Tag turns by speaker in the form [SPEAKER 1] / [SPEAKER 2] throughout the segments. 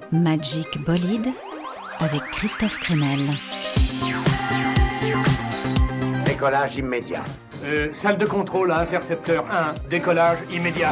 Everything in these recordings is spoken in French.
[SPEAKER 1] Magic Bolide avec Christophe Crenel.
[SPEAKER 2] Décollage immédiat.
[SPEAKER 3] Salle de contrôle à intercepteur 1, décollage immédiat.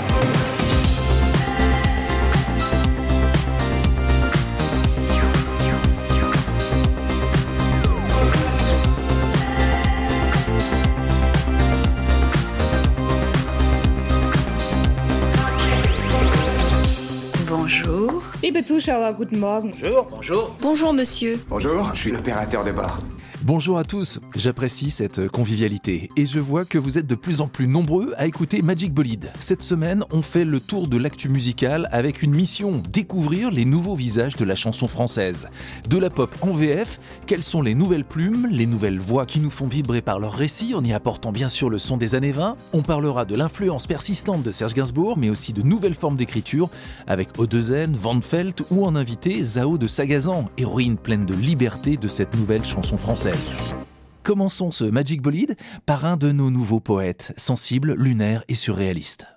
[SPEAKER 1] Bonjour.
[SPEAKER 4] Liebe Zuschauer, guten Morgen.
[SPEAKER 2] Bonjour.
[SPEAKER 5] Bonjour monsieur.
[SPEAKER 6] Bonjour, je suis l'opérateur de bord.
[SPEAKER 7] Bonjour à tous, j'apprécie cette convivialité et je vois que vous êtes de plus en plus nombreux à écouter Magic Bolide. Cette semaine, on fait le tour de l'actu musicale avec une mission, découvrir les nouveaux visages de la chanson française. De la pop en VF, quelles sont les nouvelles plumes, les nouvelles voix qui nous font vibrer par leur récit en y apportant bien sûr le son des années 20. On parlera de l'influence persistante de Serge Gainsbourg, mais aussi de nouvelles formes d'écriture avec O2N, Van Felt ou en invité Zao de Sagazan, héroïne pleine de liberté de cette nouvelle chanson française. Commençons ce Magic Bolide par un de nos nouveaux poètes, sensible, lunaire et surréaliste.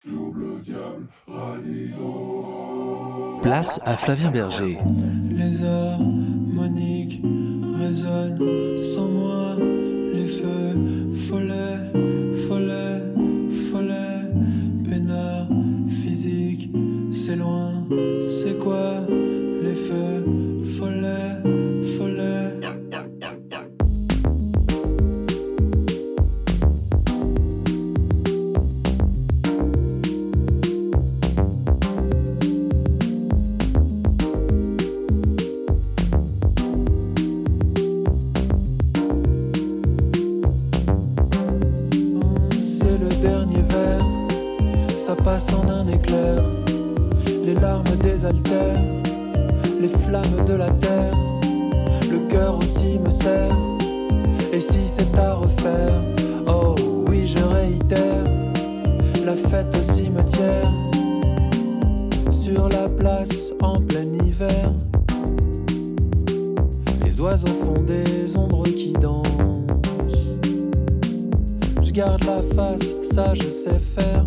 [SPEAKER 7] Place à Flavien Berger.
[SPEAKER 8] Les harmoniques résonnent sans moi, les feux follets, follets, follets, peinards physique, c'est loin, c'est quoi les feux follets, follets. Passe en un éclair, les larmes désaltèrent, les flammes de la terre, le cœur aussi me serre, et si c'est à refaire, oh oui je réitère, la fête au cimetière, sur la place en plein hiver, les oiseaux font des ombres qui dansent, je garde la face, ça je sais faire.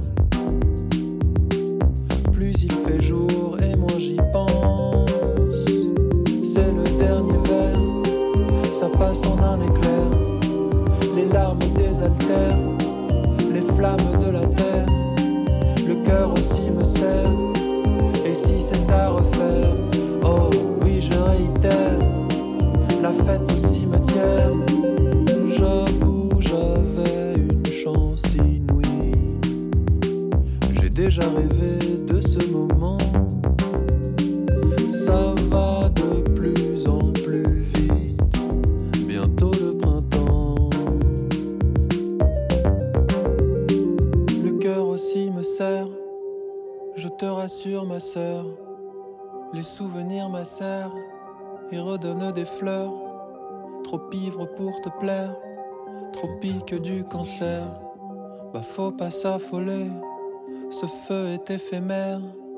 [SPEAKER 8] Il fait jour et moi j'y pense. C'est le dernier verre, ça passe en un éclair. Les larmes désaltèrent, les flammes de la terre. Le cœur aussi me serre. Et si c'est à refaire, oh oui je réitère, la fête au cimetière. J'avoue j'avais une chance inouïe. J'ai déjà rêvé de ce moment. Ça va de plus en plus vite. Bientôt le printemps. Le cœur aussi me serre. Je te rassure ma sœur. Les souvenirs m'acèrent et redonnent des fleurs. Trop ivre pour te plaire. Trop pique du cancer. Bah faut pas s'affoler. Ce feu est éphémère.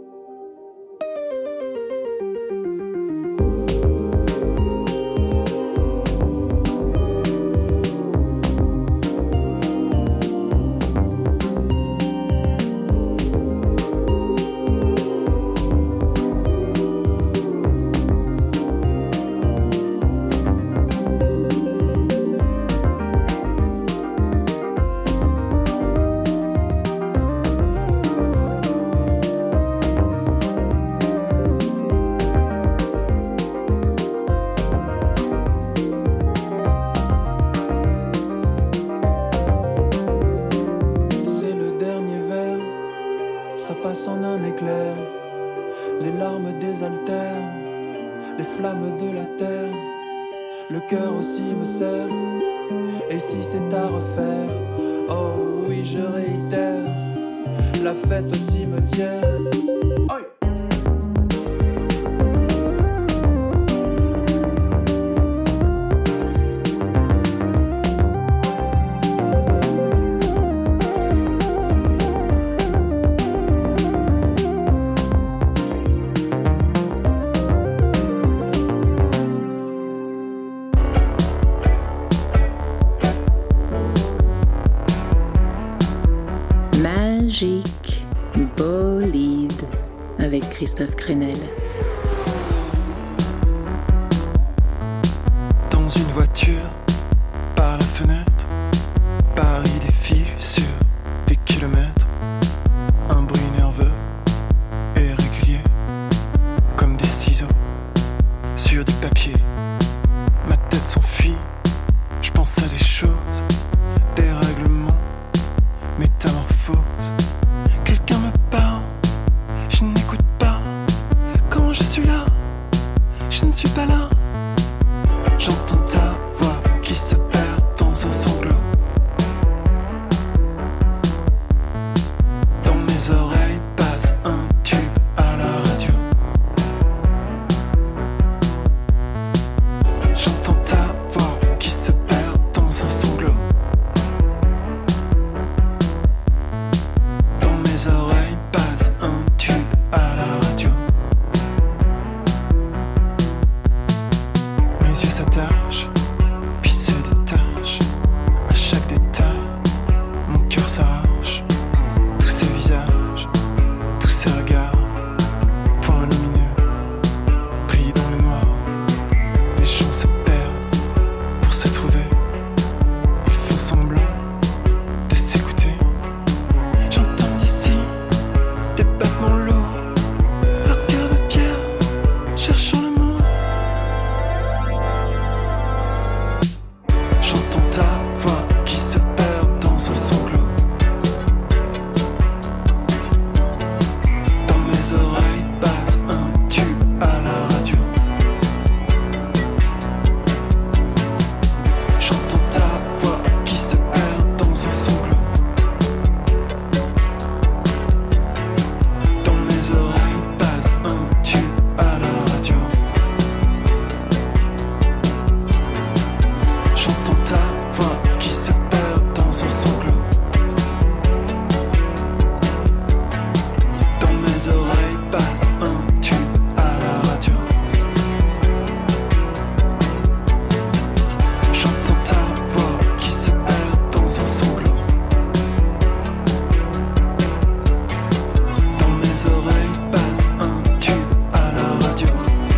[SPEAKER 8] Les larmes désaltèrent, les flammes de la terre. Le cœur aussi me serre. Et si c'est à refaire, oh oui je réitère, la fête au cimetière.
[SPEAKER 1] Magic Bolide avec Christophe Crenel.
[SPEAKER 8] dans une voiture, par la fenêtre, Paris défile sur des kilomètres. Un bruit nerveux et régulier, comme des ciseaux sur du papier. Ma tête s'enfuit, je pense à des choses, des règlements, métamorphose. Quelqu'un me parle, je n'écoute pas. Quand je suis là, je ne suis pas là. J'entends ta voix qui se perd dans un sanglot. Dans mes oreilles passe un tube à la radio. J'entends ta voix qui se perd dans un sanglot. Dans mes oreilles passe un tube à la radio. Mes yeux s'attachent, puis se détachent. À chaque détail, mon cœur s'arrache. Tous ces visages, tous ces regards, points lumineux, pris dans le noir. Les gens se perdent pour se trouver. Ils font semblant de s'écouter. J'entends d'ici des battements lourds, leur cœur de pierre, cherchant le mot. J'entends ta voix qui se perd dans un sanglot. Dans mes oreilles passe un tube à la radio. J'entends ta voix qui se perd dans un sanglot. Dans mes oreilles passe un tube à la radio. J'entends ta voix qui se perd dans un sanglot. Dans mes oreilles passe un tube à la radio. J'entends ta voix qui se perd dans un sanglot. Dans mes oreilles passe un tube à la radio.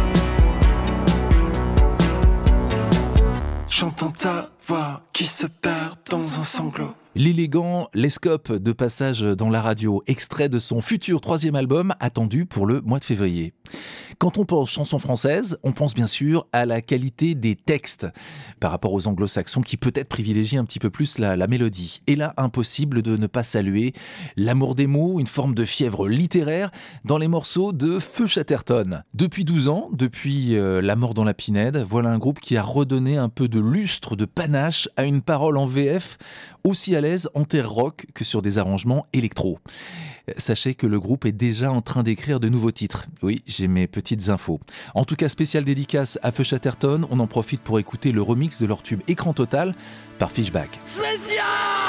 [SPEAKER 8] J'entends ta voix qui se perd dans un sanglot.
[SPEAKER 7] L'élégant Lescope de passage dans la radio, extrait de son futur 3e album attendu pour le mois de février. Quand on pense chanson française, on pense bien sûr à la qualité des textes par rapport aux anglo-saxons qui peut-être privilégient un petit peu plus la mélodie. Et là, impossible de ne pas saluer l'amour des mots, une forme de fièvre littéraire dans les morceaux de Feu Chatterton. Depuis 12 ans, depuis La mort dans la Pinède, voilà un groupe qui a redonné un peu de lustre, de panache à une parole en VF aussi à l'aise en terre rock que sur des arrangements électro. Sachez que le groupe est déjà en train d'écrire de nouveaux titres. Oui, j'ai mes petites infos. En tout cas, spéciale dédicace à Feu Chatterton, on en profite pour écouter le remix de leur tube Écran Total par Fishback.
[SPEAKER 5] Spécial!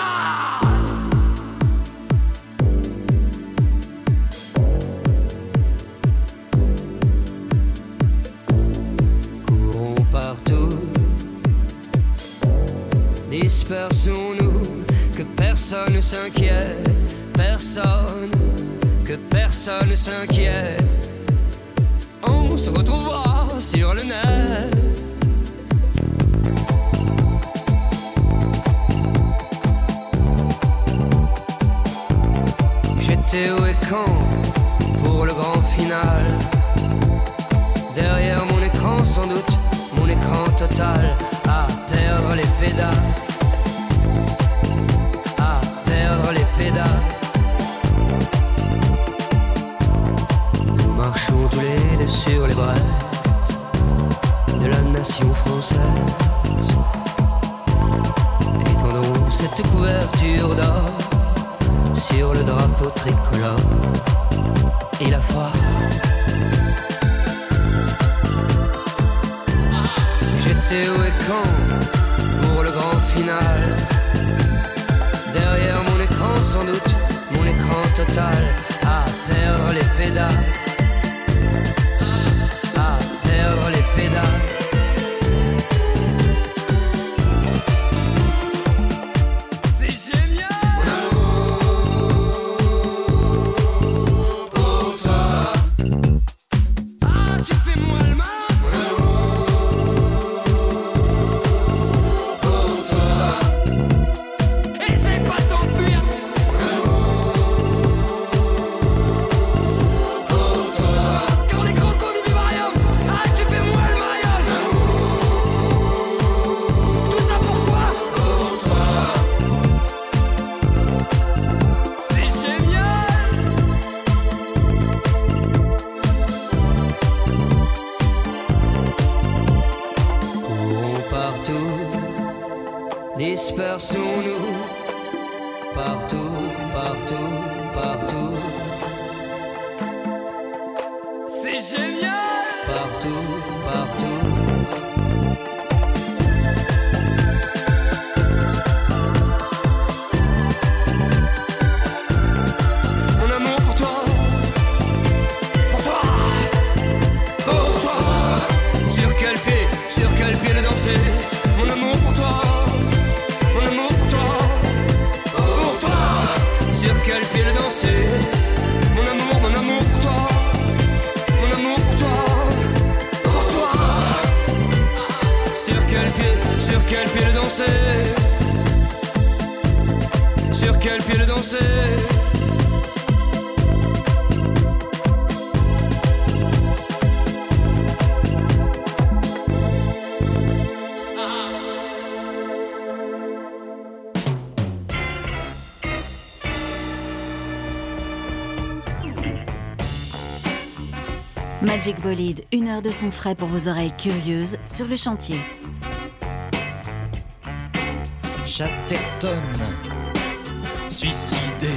[SPEAKER 5] Courons partout, dispersons-nous, que personne ne s'inquiète, que personne ne s'inquiète. On se retrouvera sur le net. J'étais où et quand pour le grand final. Derrière mon écran sans doute, mon écran total, à perdre les pédales, à perdre les pédales. Nous marchons tous les deux sur les braises de la nation française. Étendons cette couverture d'or sur le drapeau tricolore et la foi. J'étais où et quand pour le grand final. Derrière mon écran sans doute, mon écran total, à perdre les pédales, à perdre les pédales. danser.
[SPEAKER 1] Magic Bolide, 1 heure de son frais pour vos oreilles curieuses sur le chantier.
[SPEAKER 9] Chatterton, suicidé.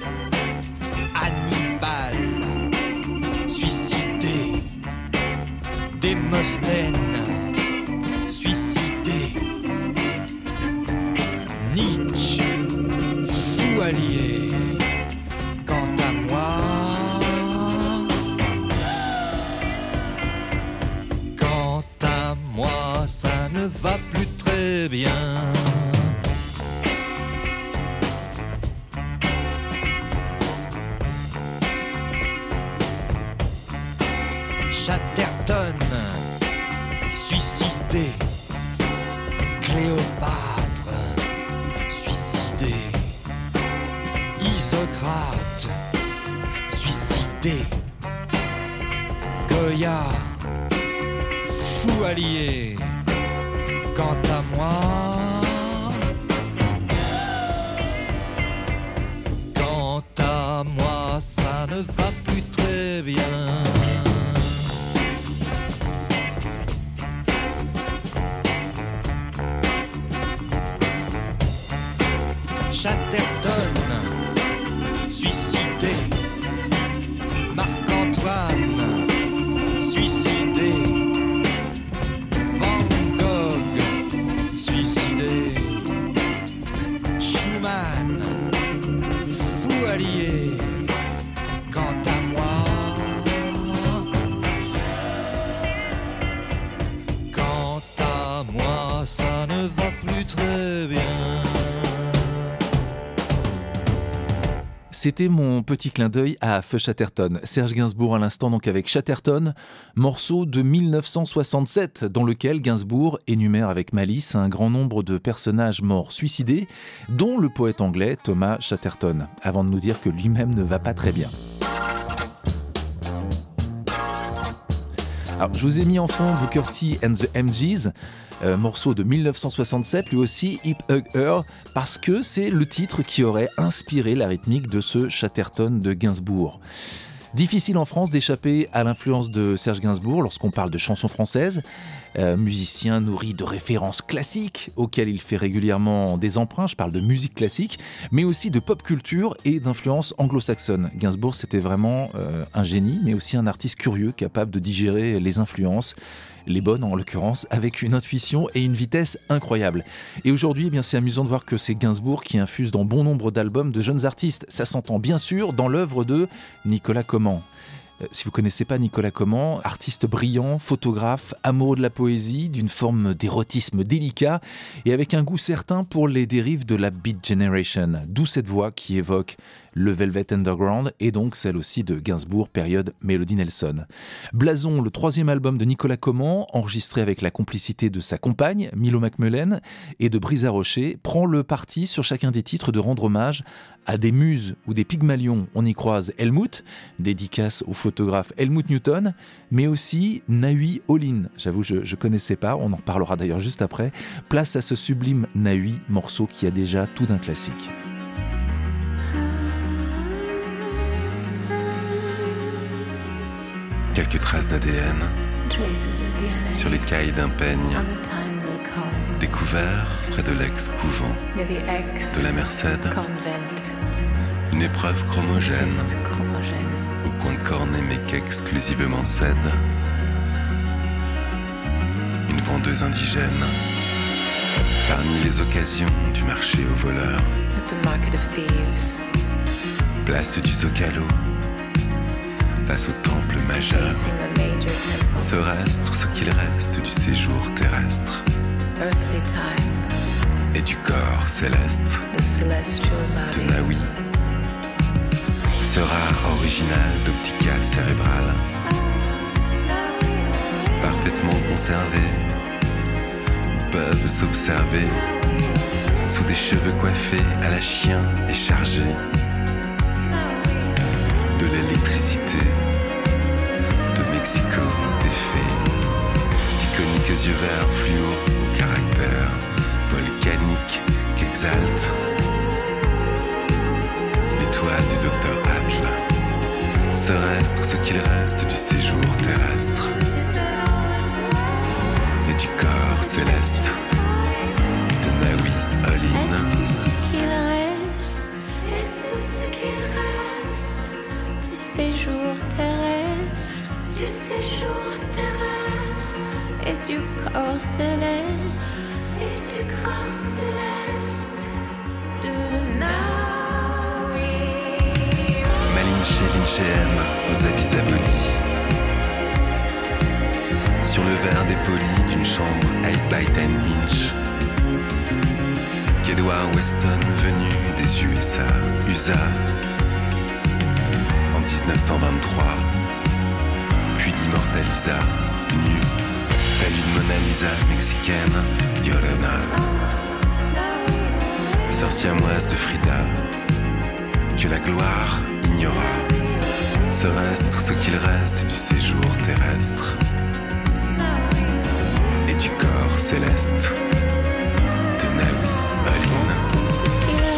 [SPEAKER 9] Hannibal, suicidé. Démosthène, suicidé. Nietzsche, fou allié. Quant à moi, ça ne va plus très bien. Chatterton, suicidé. Cléopâtre, suicidé. Isocrate, suicidé. Goya, fou allié. Quant à moi, ça ne va plus très bien. Chatterton, suicidé. Marc-Antoine, suicidé. Schumann, fou allié. Quant à moi, ça ne va plus très bien.
[SPEAKER 7] C'était mon petit clin d'œil à Feu Chatterton. Serge Gainsbourg à l'instant, donc avec Chatterton, morceau de 1967 dans lequel Gainsbourg énumère avec malice un grand nombre de personnages morts suicidés, dont le poète anglais Thomas Chatterton, avant de nous dire que lui-même ne va pas très bien. Alors, je vous ai mis en fond Booker T and the MGs, morceau de 1967, lui aussi Hip Hug Her, parce que c'est le titre qui aurait inspiré la rythmique de ce Chatterton de Gainsbourg. Difficile en France d'échapper à l'influence de Serge Gainsbourg lorsqu'on parle de chansons françaises. Musicien nourri de références classiques auxquelles il fait régulièrement des emprunts, je parle de musique classique, mais aussi de pop culture et d'influence anglo-saxonne. Gainsbourg, c'était vraiment un génie, mais aussi un artiste curieux, capable de digérer les influences, les bonnes en l'occurrence, avec une intuition et une vitesse incroyables. Et aujourd'hui, eh bien, c'est amusant de voir que c'est Gainsbourg qui infuse dans bon nombre d'albums de jeunes artistes. Ça s'entend bien sûr dans l'œuvre de Nicolas Comment. Si vous ne connaissez pas Nicolas Comment, artiste brillant, photographe, amoureux de la poésie, d'une forme d'érotisme délicat et avec un goût certain pour les dérives de la Beat Generation, d'où cette voix qui évoque le Velvet Underground et donc celle aussi de Gainsbourg, période Melody Nelson. Blason, le 3e album de Nicolas Comment, enregistré avec la complicité de sa compagne, Milo McMullen, et de Brisa Rocher, prend le parti sur chacun des titres de rendre hommage à des muses ou des Pygmalions. On y croise Helmut, dédicace au photographe Helmut Newton, mais aussi Nahui Olin. J'avoue, je ne connaissais pas, on en reparlera d'ailleurs juste après. Place à ce sublime Nahui, morceau qui a déjà tout d'un classique.
[SPEAKER 10] Quelques traces d'ADN sur les cailles d'un peigne, découvert près de l'ex-couvent de la Merced, une épreuve chromogène, au coin corné mais qu'exclusivement cède, une vendeuse indigène, parmi les occasions du marché aux voleurs, place du Zocalo, face au temple majeur, serait-ce tout ce qu'il reste du séjour terrestre et du corps céleste de Nahui, ce rare original d'Optica cérébrale, parfaitement conservé, peuvent s'observer sous des cheveux coiffés à la chien et chargés de l'électricité de Mexico, des fées, d'iconiques yeux verts fluo au caractère volcanique qu'exalte l'étoile du docteur Atle. Serait-ce tout ce qu'il reste du séjour terrestre et du corps céleste de Nahui Olin?
[SPEAKER 11] Est-ce tout ce qu'il reste du séjour terrestre, et du corps céleste, de Nahui?
[SPEAKER 10] Malinche Linchem aux habits abolis, sur le verre dépoli d'une chambre 8 by 10 inch, qu'Edward Weston, venu des USA, usa en 1923, puis l'immortalisa, nu, telle une Mona Lisa mexicaine, Llorona, sœur siamoise de Frida, que la gloire ignora. Serait-ce tout ce qu'il reste du séjour terrestre et du corps céleste de Nahui Olin?
[SPEAKER 11] Est-ce tout ce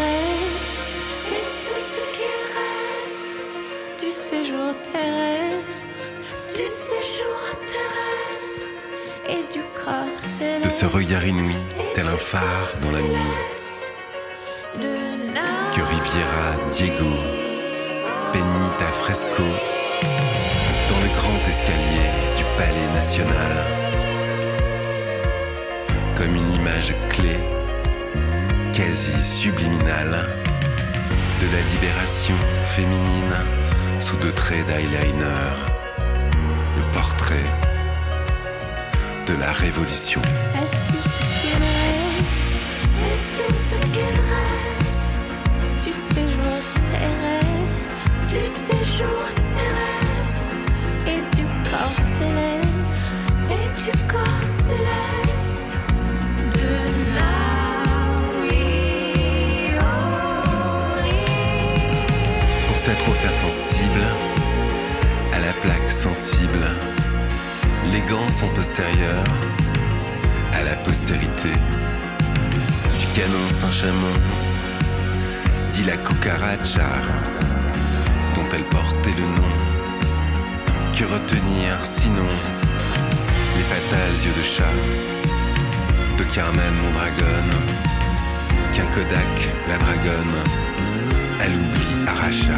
[SPEAKER 11] qu'il reste du séjour terrestre, et du corps céleste?
[SPEAKER 10] De ce regard inouï, tel un phare dans la nuit, que Riviera Diego peignit à fresco dans le grand escalier du Palais National, comme une image clé, quasi subliminale, de la libération féminine sous 2 traits d'eyeliner, le portrait de la révolution.
[SPEAKER 11] Est-ce tout ce qu'il reste du séjour terrestre, et du corps céleste, de Nahui Olin?
[SPEAKER 10] Pour s'être offerte en cible, à la plaque sensible, les gants sont postérieurs à la postérité du canon Saint-Chamond, dit la cucaracha, dont elle portait le nom. Que retenir sinon les fatals yeux de chat de Carmen Mondragone, qu'un Kodak, la dragonne, à l'oubli arracha.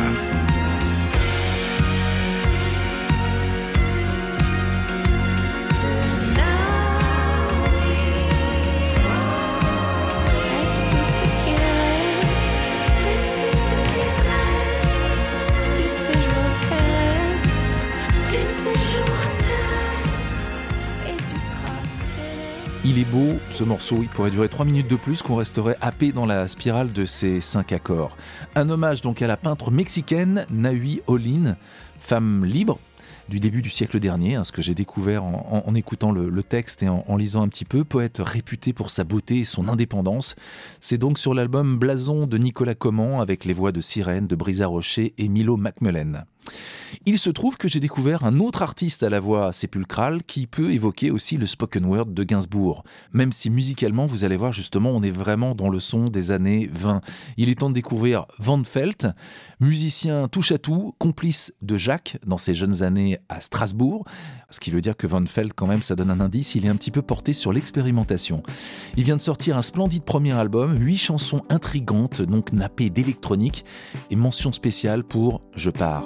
[SPEAKER 7] Il est beau, ce morceau, il pourrait durer 3 minutes de plus, qu'on resterait happé dans la spirale de ces 5 accords. Un hommage donc à la peintre mexicaine Nahui Olin, femme libre du début du siècle dernier, ce que j'ai découvert en écoutant le texte et en lisant un petit peu, poète réputé pour sa beauté et son indépendance. C'est donc sur l'album Blason de Nicolas Coman, avec les voix de Sirène, de Brisa Rocher et Milo Macmillan. Il se trouve que j'ai découvert un autre artiste à la voix sépulcrale qui peut évoquer aussi le spoken word de Gainsbourg. Même si musicalement, vous allez voir justement, on est vraiment dans le son des années 20. Il est temps de découvrir Van Velt, musicien touche-à-tout, complice de Jacques dans ses jeunes années à Strasbourg. Ce qui veut dire que Van Velt, quand même, ça donne un indice, il est un petit peu porté sur l'expérimentation. Il vient de sortir un splendide premier album, 8 chansons intrigantes, donc nappées d'électronique, et mention spéciale pour Je pars.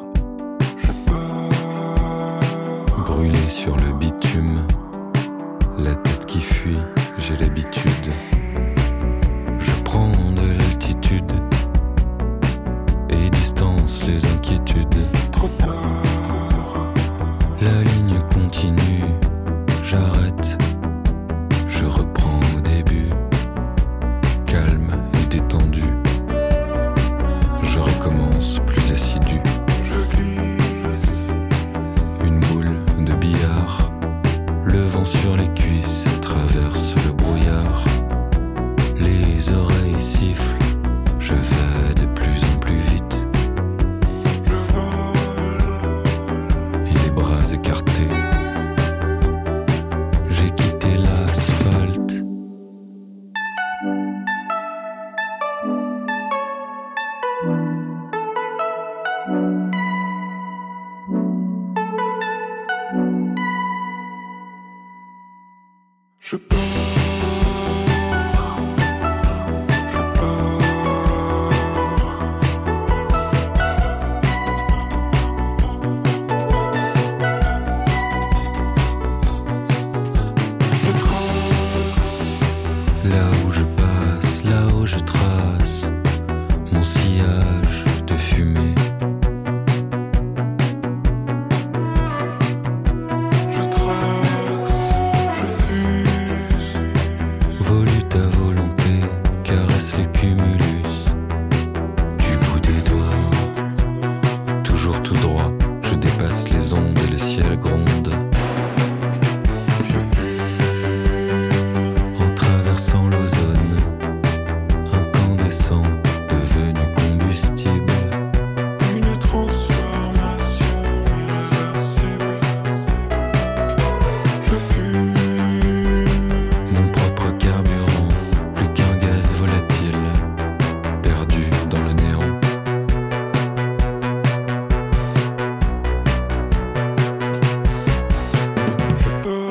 [SPEAKER 10] Brûlé sur le bitume, la tête qui fuit, j'ai l'habitude. Je prends de l'altitude et distance les inquiétudes. Trop tard, la ligne continue, j'arrête, je reprends au début, calme et détendu. Je recommence plus assidu. Le vent sur les cuisses traverse le brouillard. Je pars.
[SPEAKER 8] Là où je passe, là où je trace mon sillage de fumée.
[SPEAKER 10] Je trace, je fuse.
[SPEAKER 8] Volute à volonté, caresse les cumulus du bout des doigts. Toujours tout droit, je dépasse les ondes et le ciel gronde. Sans l'ozone, incandescent, devenu combustible.
[SPEAKER 10] Une transformation irréversible. Je fume.
[SPEAKER 8] Mon propre carburant, plus qu'un gaz volatile, perdu dans le néant.
[SPEAKER 10] Je pars.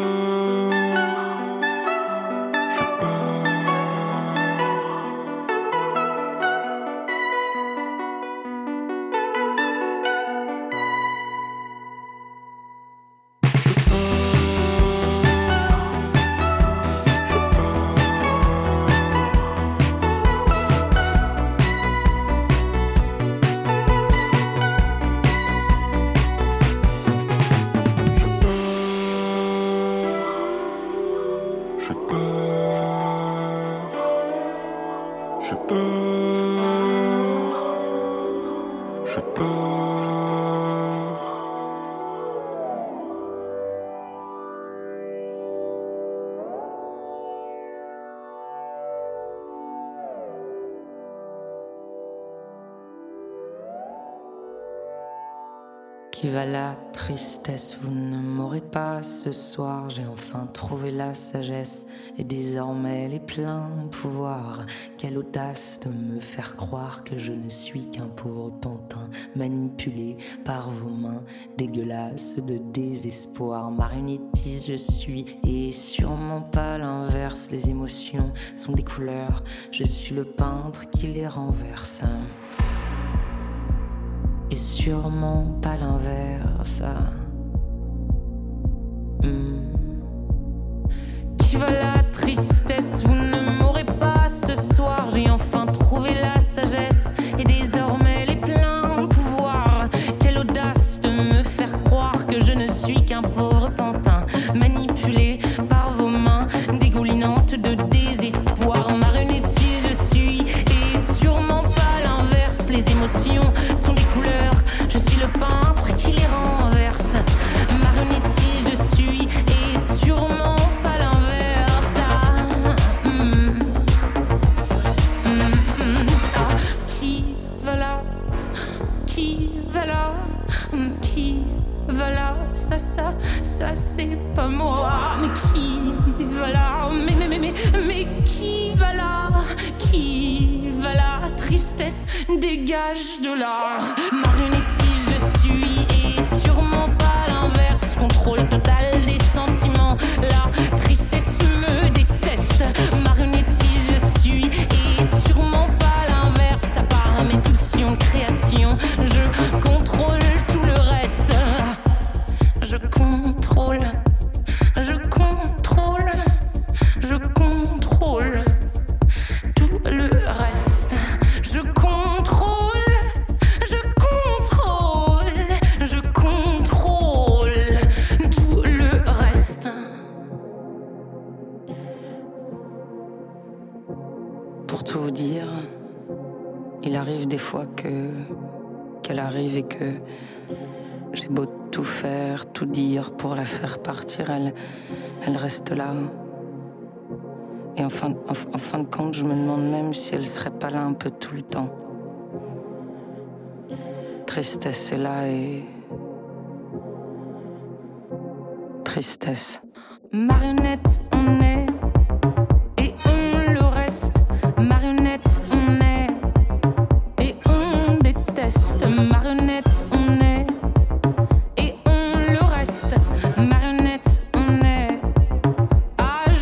[SPEAKER 12] Qui va la tristesse, vous ne m'aurez pas ce soir. J'ai enfin trouvé la sagesse et désormais les pleins pouvoirs. Quelle audace de me faire croire que je ne suis qu'un pauvre pantin manipulé par vos mains dégueulasses de désespoir. Marionnettiste je suis et sûrement pas l'inverse. Les émotions sont des couleurs, je suis le peintre qui les renverse. Et sûrement pas l'inverse. Qui va la tristesse, vous ne m'aurez pas ce soir. J'ai enfin trouvé la sagesse et désormais les pleins pouvoirs. Quelle audace de me faire croire que je ne suis qu'un pauvre pantin manipulé par vos mains dégoulinantes de désespoir. Marionnettiste je suis et sûrement pas l'inverse. Les émotions sont des couleurs, je suis le peintre qui les renverse. Marionnettiste je suis et sûrement pas l'inverse. Qui va là, qui va là, qui va là, ça c'est pas moi. Mais qui va là, mais qui va là, qui va là, tristesse dégage de là. Marionnettiste je suis et sûrement pas l'inverse. Contrôle total des sentiments, la tristesse me déteste. Marionnettiste je suis et sûrement pas l'inverse. À part mes pulsions de création, je contrôle tout le reste. Je contrôle, je contrôle, je contrôle tout le reste. Je contrôle, je contrôle, je contrôle tout le reste. Pour tout vous dire, il arrive des fois qu'elle arrive et que j'ai beau tout faire, tout dire pour la faire partir, elle reste là. Et en fin de compte, je me demande même si elle serait pas là un peu tout le temps. Tristesse est là et... Tristesse. Marionnette, on est... Et on le reste. Marionnette, on est... Et on déteste. Marionnette, on est... Et on le reste. Marionnette, on est... Ah,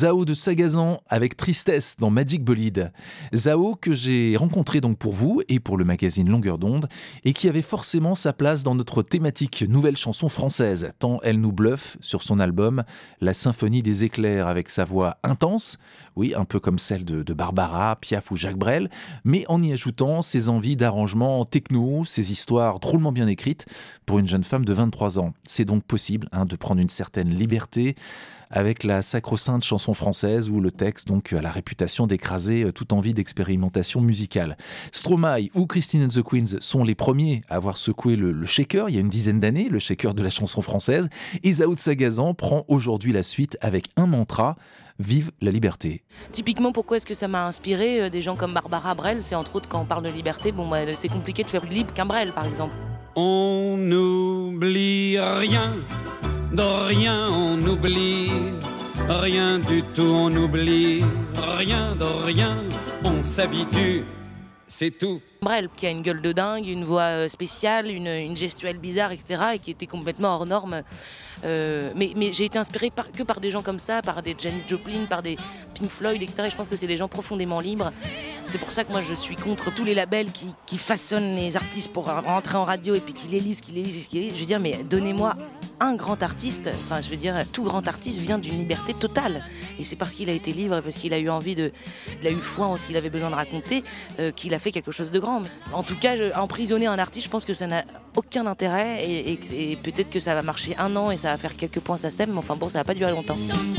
[SPEAKER 7] Zao de Sagazan avec Tristesse dans Magic Bolide. Zao que j'ai rencontré donc pour vous et pour le magazine Longueur d'onde et qui avait forcément sa place dans notre thématique nouvelle chanson française, tant elle nous bluffe sur son album La Symphonie des éclairs avec sa voix intense, oui, un peu comme celle de Barbara, Piaf ou Jacques Brel, mais en y ajoutant ses envies d'arrangement techno, ses histoires drôlement bien écrites pour une jeune femme de 23 ans. C'est donc possible de prendre une certaine liberté avec la sacro-sainte chanson française où le texte donc a la réputation d'écraser toute envie d'expérimentation musicale. Stromae ou Christine and the Queens sont les premiers à avoir secoué le shaker il y a une dizaine d'années, le shaker de la chanson française, et Zao de Sagazan prend aujourd'hui la suite avec un mantra: vive la liberté.
[SPEAKER 13] Typiquement, pourquoi est-ce que ça m'a inspiré des gens comme Barbara Brel? C'est entre autres quand on parle de liberté, c'est compliqué de faire plus libre qu'un Brel par exemple.
[SPEAKER 9] On n'oublie rien, de rien on oublie, rien du tout on oublie, rien de rien, on s'habitue, c'est tout.
[SPEAKER 13] Brel, qui a une gueule de dingue, une voix spéciale, une gestuelle bizarre, etc., et qui était complètement hors norme. Mais j'ai été inspirée que par des gens comme ça, par des Janis Joplin, par des Pink Floyd, etc. Et je pense que c'est des gens profondément libres. C'est pour ça que moi je suis contre tous les labels qui façonnent les artistes pour rentrer en radio et puis qui les lisent. Je veux dire, mais donnez-moi un grand artiste. Enfin, je veux dire, tout grand artiste vient d'une liberté totale. Et c'est parce qu'il a été libre et parce qu'il a eu envie il a eu foi en ce qu'il avait besoin de raconter qu'il a fait quelque chose de grand. Mais en tout cas, emprisonner un artiste, je pense que ça n'a aucun intérêt et peut-être que ça va marcher un an et ça va faire quelques points ça sème, mais enfin bon, ça va pas durer longtemps.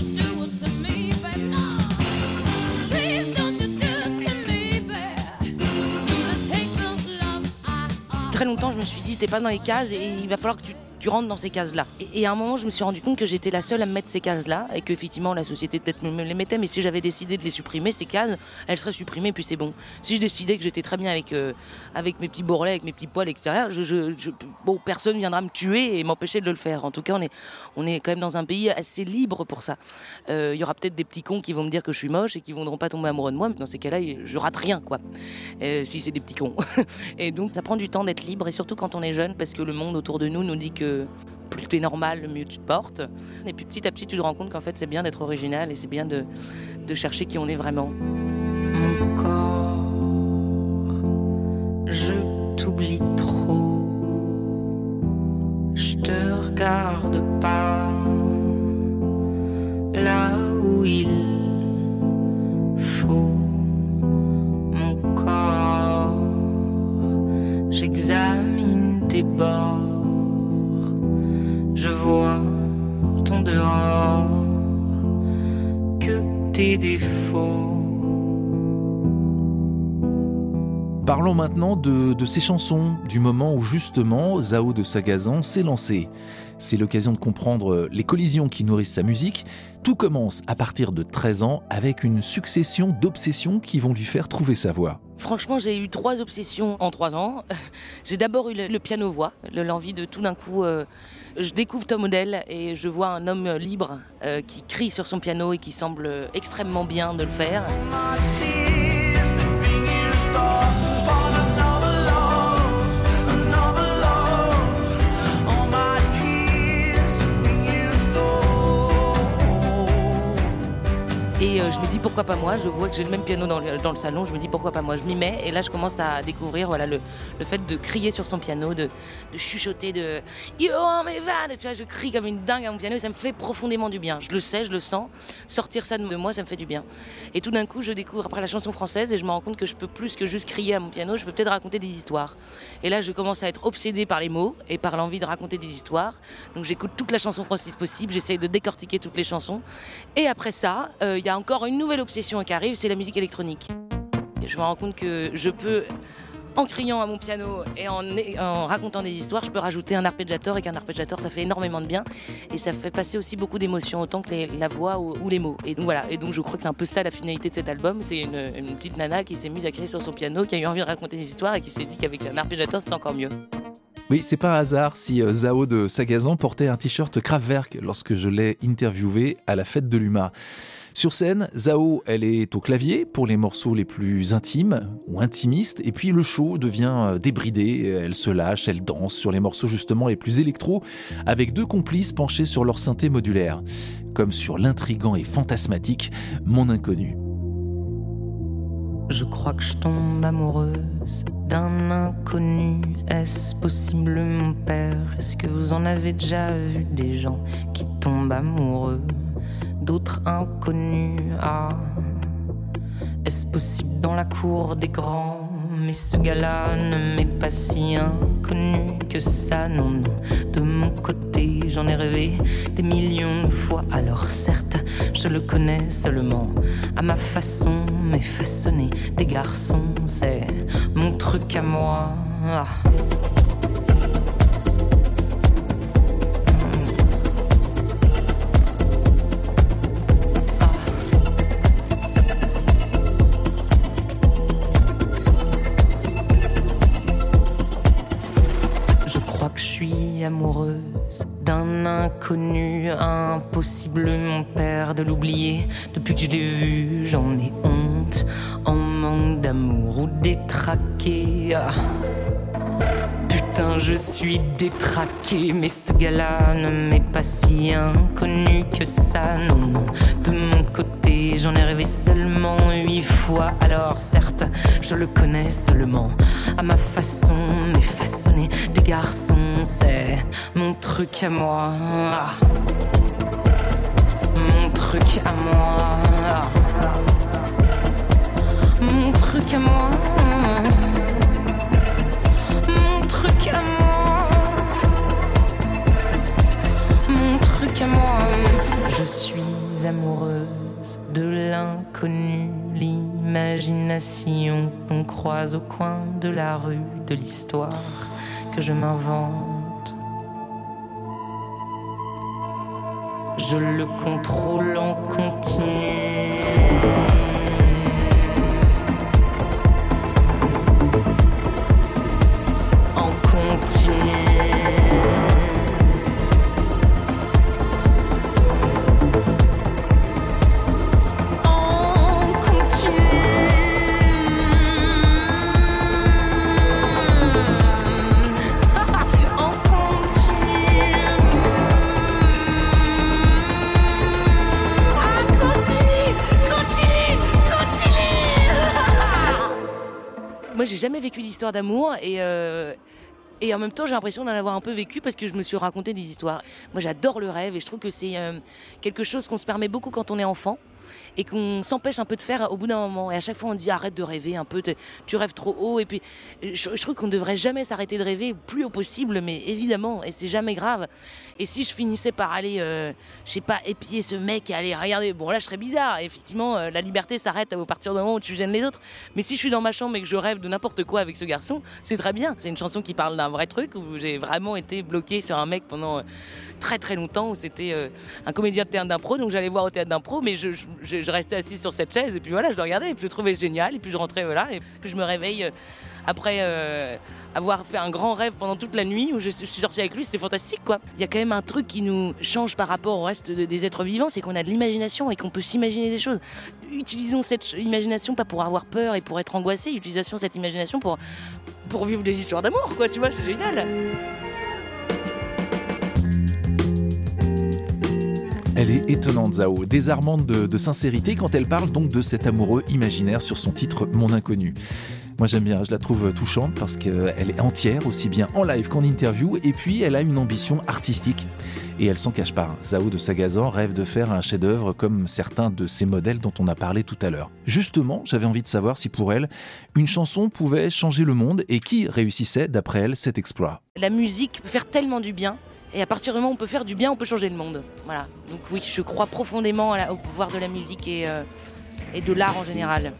[SPEAKER 13] Très longtemps, je me suis dit, t'es pas dans les cases et il va falloir que tu rentres dans ces cases-là. Et à un moment, je me suis rendu compte que j'étais la seule à me mettre ces cases-là et qu'effectivement, la société peut-être me les mettait, mais si j'avais décidé de les supprimer, ces cases, elles seraient supprimées, puis c'est bon. Si je décidais que j'étais très bien avec mes petits bourrelets, avec mes petits poils, etc., personne viendra me tuer et m'empêcher de le faire. En tout cas, on est quand même dans un pays assez libre pour ça. Il y aura peut-être des petits cons qui vont me dire que je suis moche et qui ne voudront pas tomber amoureux de moi, mais dans ces cas-là, je rate rien, quoi. Si c'est des petits cons. Et donc, ça prend du temps d'être libre, et surtout quand on est jeune, parce que le monde autour de nous dit que plus tu es normal, mieux tu te portes. Et puis petit à petit, tu te rends compte qu'en fait, c'est bien d'être original et c'est bien de chercher qui on est vraiment.
[SPEAKER 12] Mon corps, je t'oublie trop. Je te regarde pas là où il faut. Mon corps, j'examine tes bords. Je vois ton dehors, que tes défauts.
[SPEAKER 7] Parlons maintenant de ces chansons, du moment où justement Zao de Sagazan s'est lancé. C'est l'occasion de comprendre les collisions qui nourrissent sa musique. Tout commence à partir de 13 ans avec une succession d'obsessions qui vont lui faire trouver sa voix.
[SPEAKER 13] Franchement, j'ai eu 3 obsessions en 3 ans. J'ai d'abord eu le piano-voix, l'envie de tout d'un coup... je découvre Tom Odell et je vois un homme libre qui crie sur son piano et qui semble extrêmement bien de le faire. Et je me dis pourquoi pas moi, je vois que j'ai le même piano dans le salon, je me dis pourquoi pas moi, je m'y mets et là je commence à découvrir le fait de crier sur son piano, de chuchoter, de Yo mes vannes, tu vois, je crie comme une dingue à mon piano et ça me fait profondément du bien, je le sais, je le sens, sortir ça de moi ça me fait du bien. Et tout d'un coup je découvre après la chanson française et je me rends compte que je peux plus que juste crier à mon piano, je peux peut-être raconter des histoires. Et là je commence à être obsédée par les mots et par l'envie de raconter des histoires, donc j'écoute toute la chanson française possible, j'essaye de décortiquer toutes les chansons et après ça, il y a encore une nouvelle obsession qui arrive, c'est la musique électronique. Et je me rends compte que je peux, en criant à mon piano et en racontant des histoires, je peux rajouter un arpégiateur et qu'un arpégiateur ça fait énormément de bien et ça fait passer aussi beaucoup d'émotions autant que la voix ou les mots. Et donc voilà, et donc je crois que c'est un peu ça la finalité de cet album, c'est une petite nana qui s'est mise à crier sur son piano, qui a eu envie de raconter des histoires et qui s'est dit qu'avec un arpégiateur c'était encore mieux.
[SPEAKER 7] Oui, c'est pas un hasard si Zao de Sagazan portait un t-shirt Kraftwerk lorsque je l'ai interviewé à la fête de l'UMA. Sur scène, Zao, elle est au clavier pour les morceaux les plus intimes ou intimistes, et puis le show devient débridé, elle se lâche, elle danse sur les morceaux justement les plus électro, avec 2 complices penchés sur leur synthé modulaire, comme sur l'intrigant et fantasmatique Mon Inconnu.
[SPEAKER 12] Je crois que je tombe amoureuse d'un inconnu. Est-ce possible, mon père? Est-ce que vous en avez déjà vu des gens qui tombent amoureux d'autres inconnus? Ah, est-ce possible dans la cour des grands? Mais ce gars-là ne m'est pas si inconnu que ça, non, non. De mon côté, j'en ai rêvé des millions de fois. Alors certes, je le connais seulement à ma façon, mais façonner des garçons, c'est mon truc à moi. Ah. Amoureuse d'un inconnu, impossible, mon père, de l'oublier. Depuis que je l'ai vu, j'en ai honte, en manque d'amour ou détraqué. Ah. Putain, je suis détraqué, mais ce gars-là ne m'est pas si inconnu que ça, non, non. De mon côté, j'en ai rêvé seulement 8 fois. Alors certes, je le connais seulement à ma façon, mais façonner des garçons, c'est mon truc à moi. Ah. Mon truc à moi. Ah. Mon truc à moi. Mon truc à moi. Mon truc à moi. Je suis amoureuse de l'inconnu, l'imagination qu'on croise au coin de la rue, de l'histoire que je m'invente. Je le contrôle en continu. En continu.
[SPEAKER 13] Moi, j'ai jamais vécu d'histoire d'amour et en même temps, j'ai l'impression d'en avoir un peu vécu parce que je me suis raconté des histoires. Moi, j'adore le rêve et je trouve que c'est quelque chose qu'on se permet beaucoup quand on est enfant et qu'on s'empêche un peu de faire au bout d'un moment. Et à chaque fois, on dit arrête de rêver un peu, tu rêves trop haut. Et puis, je trouve qu'on ne devrait jamais s'arrêter de rêver, plus haut possible, mais évidemment, et c'est jamais grave. Et si je finissais par aller, je sais pas, épier ce mec et aller regarder, bon là, je serais bizarre. Et effectivement, la liberté s'arrête à partir du moment où tu gênes les autres. Mais si je suis dans ma chambre et que je rêve de n'importe quoi avec ce garçon, c'est très bien. C'est une chanson qui parle d'un vrai truc où j'ai vraiment été bloquée sur un mec pendant très très longtemps, où c'était un comédien de théâtre d'impro, donc j'allais voir au théâtre d'impro, mais je restais assise sur cette chaise et puis voilà, je le regardais et puis je le trouvais génial et puis je rentrais voilà et puis je me réveille après avoir fait un grand rêve pendant toute la nuit où je suis sortie avec lui, c'était fantastique quoi. Il y a quand même un truc qui nous change par rapport au reste des êtres vivants, c'est qu'on a de l'imagination et qu'on peut s'imaginer des choses. Utilisons cette imagination pas pour avoir peur et pour être angoissé, utilisons cette imagination pour vivre des histoires d'amour quoi, tu vois, c'est génial.
[SPEAKER 7] Elle est étonnante, Zao, désarmante de sincérité quand elle parle donc de cet amoureux imaginaire sur son titre Mon Inconnu. Moi j'aime bien, je la trouve touchante parce qu'elle est entière, aussi bien en live qu'en interview, et puis elle a une ambition artistique. Et elle s'en cache pas. Zao de Sagazan rêve de faire un chef-d'œuvre comme certains de ses modèles dont on a parlé tout à l'heure. Justement, j'avais envie de savoir si pour elle, une chanson pouvait changer le monde et qui réussissait, d'après elle, cet exploit.
[SPEAKER 13] La musique peut faire tellement du bien. Et à partir du moment où on peut faire du bien, on peut changer le monde. Voilà. Donc oui, je crois profondément au pouvoir de la musique et de l'art en général.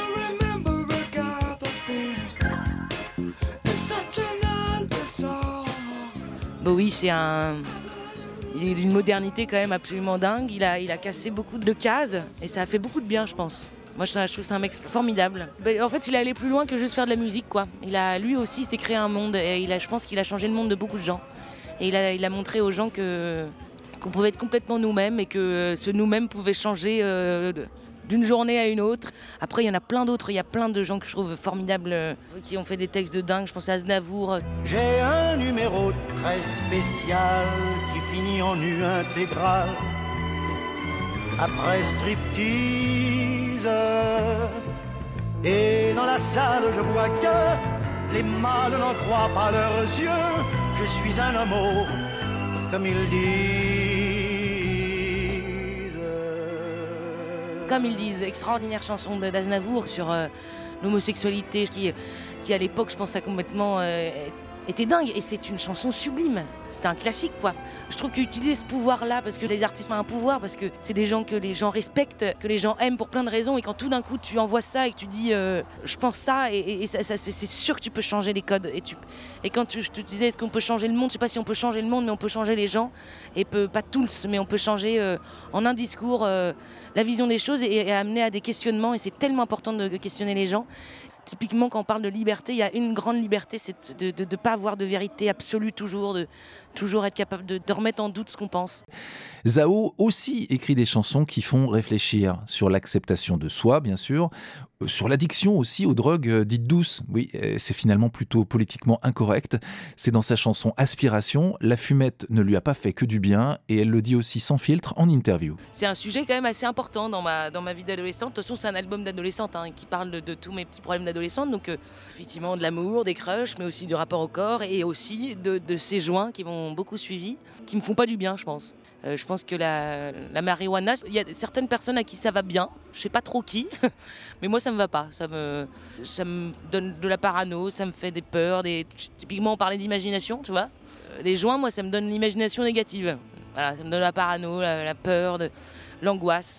[SPEAKER 13] Bowie, il est d'une modernité quand même absolument dingue. Il a cassé beaucoup de cases et ça a fait beaucoup de bien, je pense. Moi, je trouve que c'est un mec formidable. En fait, il est allé plus loin que juste faire de la musique, quoi. Lui aussi, il s'est créé un monde et je pense qu'il a changé le monde de beaucoup de gens. Et il a montré aux gens qu'on qu'on pouvait être complètement nous-mêmes et que ce nous-mêmes pouvait changer d'une journée à une autre. Après, il y en a plein d'autres. Il y a plein de gens que je trouve formidables qui ont fait des textes de dingue. Je pense à Aznavour.
[SPEAKER 14] J'ai un numéro très spécial qui finit en U intégral. Après striptease. Et dans la salle, je vois que les mâles n'en croient pas leurs yeux. Je suis un homo, comme ils disent.
[SPEAKER 13] Comme ils disent, extraordinaire chanson d'Aznavour sur l'homosexualité qui à l'époque, je pense, a complètement était dingue. Et c'est une chanson sublime. C'est un classique, quoi. Je trouve qu'utiliser ce pouvoir-là, parce que les artistes ont un pouvoir, parce que c'est des gens que les gens respectent, que les gens aiment pour plein de raisons, et quand tout d'un coup tu envoies ça et que tu dis je pense ça, et ça, c'est sûr que tu peux changer les codes. Et quand je te disais est-ce qu'on peut changer le monde, je sais pas si on peut changer le monde, mais on peut changer les gens, et pas tous, mais on peut changer en un discours la vision des choses et amener à des questionnements, et c'est tellement important de questionner les gens. Typiquement, quand on parle de liberté, il y a une grande liberté, c'est de ne pas avoir de vérité absolue toujours, de toujours être capable de remettre en doute ce qu'on pense.
[SPEAKER 7] Zao aussi écrit des chansons qui font réfléchir sur l'acceptation de soi, bien sûr, sur l'addiction aussi aux drogues dites douces. Oui, c'est finalement plutôt politiquement incorrect. C'est dans sa chanson Aspiration, la fumette ne lui a pas fait que du bien, et elle le dit aussi sans filtre en interview.
[SPEAKER 13] C'est un sujet quand même assez important dans ma vie d'adolescente. De toute façon, c'est un album d'adolescente qui parle de tous mes petits problèmes d'adolescente. Donc effectivement de l'amour, des crushs, mais aussi du rapport au corps, et aussi de ces joints qui m'ont beaucoup suivi, qui me font pas du bien, je pense. Je pense que la marijuana, il y a certaines personnes à qui ça va bien, je sais pas trop qui, mais moi ça me va pas. Ça me donne de la parano, ça me fait des peurs, typiquement on parlait d'imagination, tu vois. Les joints, moi ça me donne l'imagination négative. Voilà, ça me donne la parano, la peur, l'angoisse.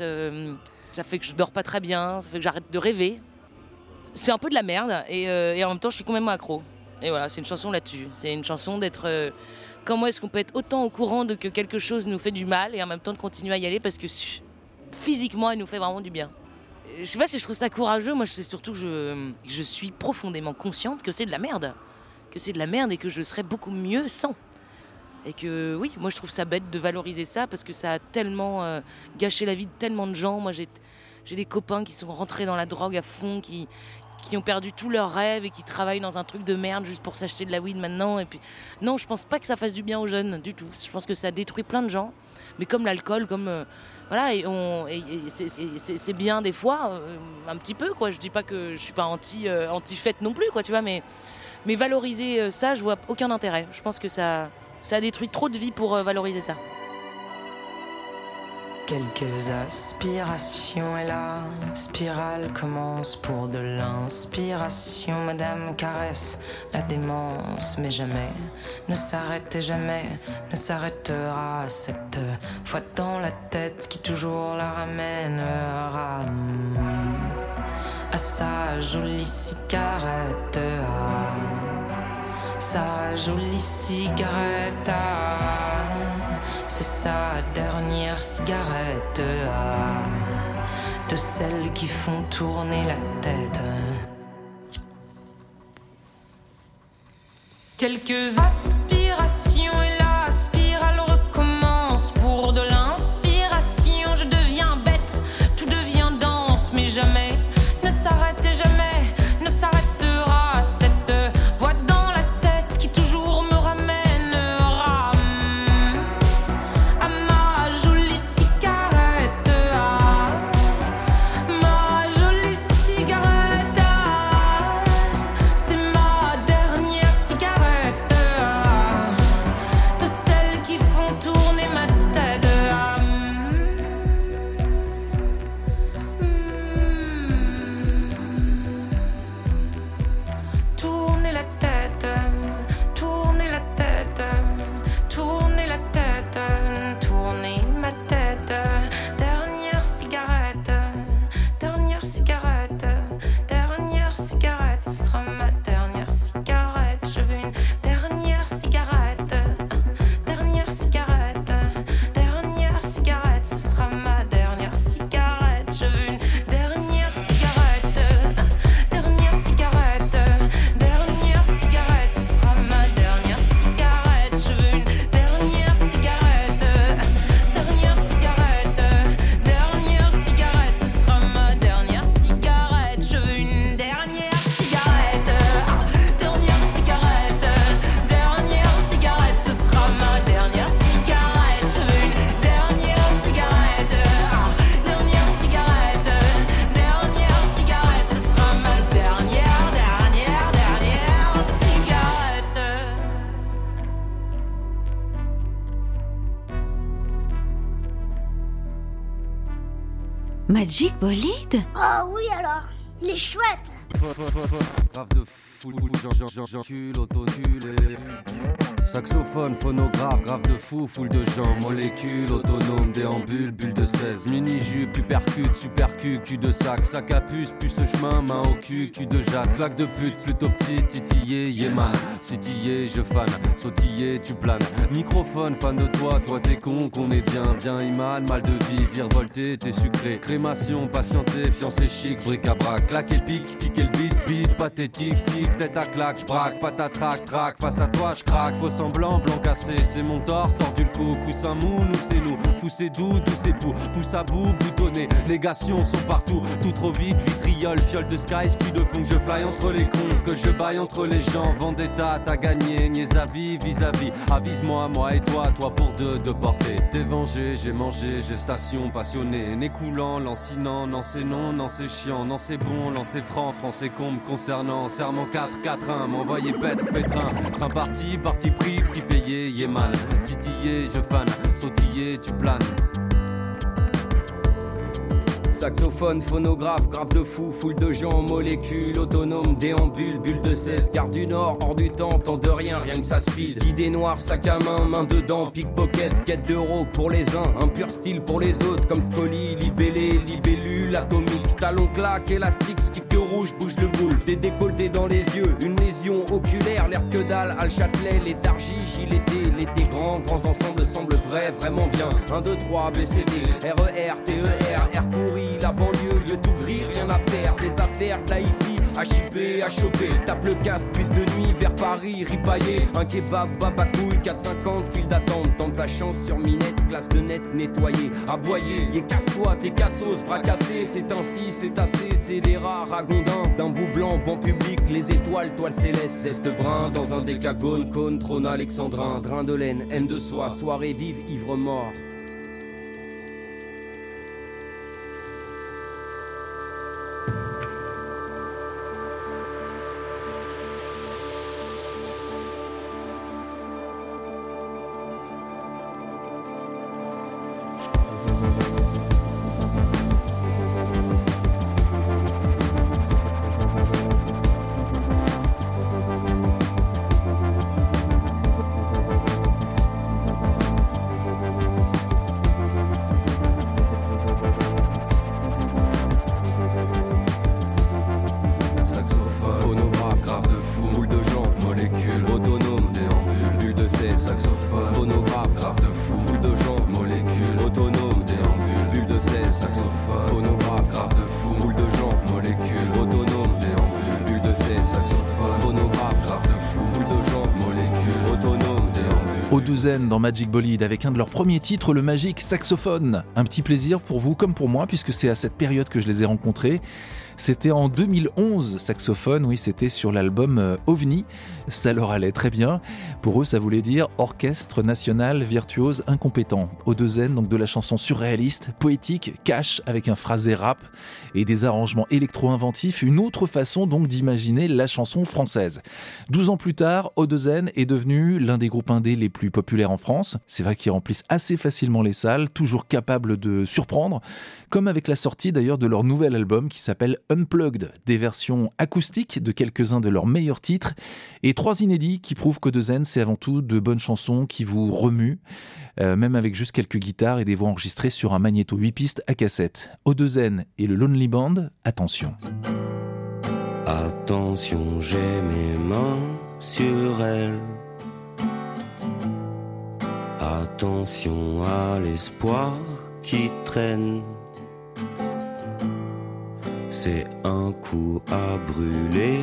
[SPEAKER 13] Ça fait que je dors pas très bien, ça fait que j'arrête de rêver. C'est un peu de la merde, et en même temps je suis complètement accro. Et voilà, c'est une chanson là-dessus. C'est une chanson d'être... comment est-ce qu'on peut être autant au courant que quelque chose nous fait du mal et en même temps de continuer à y aller parce que physiquement, elle nous fait vraiment du bien. Je sais pas si je trouve ça courageux, moi c'est surtout que je suis profondément consciente que c'est de la merde. Que c'est de la merde et que je serais beaucoup mieux sans. Et que oui, moi je trouve ça bête de valoriser ça parce que ça a tellement gâché la vie de tellement de gens. Moi j'ai des copains qui sont rentrés dans la drogue à fond, qui ont perdu tous leurs rêves et qui travaillent dans un truc de merde juste pour s'acheter de la weed maintenant. Et puis non, je pense pas que ça fasse du bien aux jeunes du tout. Je pense que ça détruit plein de gens. Mais comme l'alcool, comme voilà, et c'est bien des fois, un petit peu quoi. Je dis pas que je suis pas anti-fête non plus quoi, tu vois. Mais valoriser ça, je vois aucun intérêt. Je pense que ça détruit trop de vie pour valoriser ça.
[SPEAKER 12] Quelques aspirations et la spirale commence pour de l'inspiration. Madame caresse la démence, mais jamais ne s'arrête et jamais ne s'arrêtera. Cette fois dans la tête qui toujours la ramènera à sa jolie cigarette, à sa jolie cigarette. C'est sa dernière cigarette, de celles qui font tourner la tête. Quelques aspirations et la spirale recommence. Pour de l'inspiration, je deviens bête, tout devient dense, mais jamais ne s'arrête et jamais ne s'arrêtera. Cette voix dans la tête qui toujours me ramènera à ma jolie cigarette, ma jolie cigarette. C'est ma dernière cigarette,
[SPEAKER 1] Magic Bolide?
[SPEAKER 11] Oh oui alors, il est chouette.
[SPEAKER 15] Grave de fou, cul, autoculé. Saxophone, phonographe, grave de fou, foule de gens, molécules, autonome, déambule, bulle de 16, mini-jupe, hypercute, supercute, cul de sac à puce, puce chemin, main au cul de jatte, claque de pute, plutôt petite, titillé, yéman, sitillé, je fan, sautillé, tu planes, microphone, fan de toi t'es con, qu'on est bien et mal de vie, virevolté, t'es sucré, crémation, patienté, fiancé chic, bric-à-brac, claque et pique le beat, pathétique, tic, tête à claque, j'braque, patatrac, trac, face à toi, j'craque, faux semblant, blanc cassé, c'est mon tort, tordu le cou, coussin mou, nous c'est nous, fou c'est doux, tout c'est pou, pousse à bout, boutonné, négations sont partout, tout trop vite, vitriol, fiole de sky, style de fond que je fly entre les cons, que je baille entre les gens, vendetta, t'as gagné, niais à vie, vis-à-vis, avise-moi à moi et toi pour deux de portée, t'es vengé, j'ai mangé, j'ai station, passionné, nez coulant, lancinant, non c'est non, non c'est chiant, non c'est bon, non c'est franc, français comble, concernant, serment 4-4-1, m'envoyer pétrin, train parti pris payé, yé mal, sitillé, je fan, sautillé, tu planes. Saxophone, phonographe, grave de fou, foule de gens, molécules, autonome, déambule, bulle de 16, quart du nord, hors du temps, temps de rien que ça speed. Idée noire, sac à main dedans, pickpocket, quête d'euros pour les uns, un pur style pour les autres, comme Scully, libellé, libellule, atomique, talon claque, élastique, stick rouge, bouge le boule, des décolletés dans les yeux, une lésion oculaire, l'air que dalle, Al Châtelet, léthargie, gileté, l'été grands ensembles semblent vraiment bien, 1, 2, 3, BCD, RER, TER, R pourri, la banlieue, lieu tout gris, rien à faire, des affaires, de la hi-fi, à chipper, à choper, tape le casque, puce de nuit, vers Paris, ripaillé, un kebab, babacouille, 4,50, file d'attente, tente sa chance sur minette, classe de net, nettoyé, aboyé, yé casse-toi, t'es cassos, bras cassés, c'est ainsi, c'est assez, c'est des rares ragondins, d'un bout blanc, banc public, les étoiles, toile céleste, zeste brun, dans un décagone, cône, trône alexandrin, drain de laine, haine de soi, soirée vive, ivre mort.
[SPEAKER 7] Dans Magic Bolide avec un de leurs premiers titres, le magique saxophone. Un petit plaisir pour vous comme pour moi puisque c'est à cette période que je les ai rencontrés. C'était en 2011, Saxophone, oui, c'était sur l'album OVNI. Ça leur allait très bien. Pour eux, ça voulait dire Orchestre National Virtuose Incompétent. O2N, donc de la chanson surréaliste, poétique, cash, avec un phrasé rap et des arrangements électro-inventifs. Une autre façon donc d'imaginer la chanson française. 12 ans plus tard, O2N est devenu l'un des groupes indés les plus populaires en France. C'est vrai qu'ils remplissent assez facilement les salles, toujours capables de surprendre, comme avec la sortie d'ailleurs de leur nouvel album qui s'appelle Unplugged, des versions acoustiques de quelques-uns de leurs meilleurs titres et 3 inédits qui prouvent qu'O2N c'est avant tout de bonnes chansons qui vous remuent, même avec juste quelques guitares et des voix enregistrées sur un magnéto 8 pistes à cassette. O2N et le Lonely Band, attention.
[SPEAKER 15] Attention, j'ai mes mains sur elle. Attention à l'espoir qui traîne. C'est un coup à brûler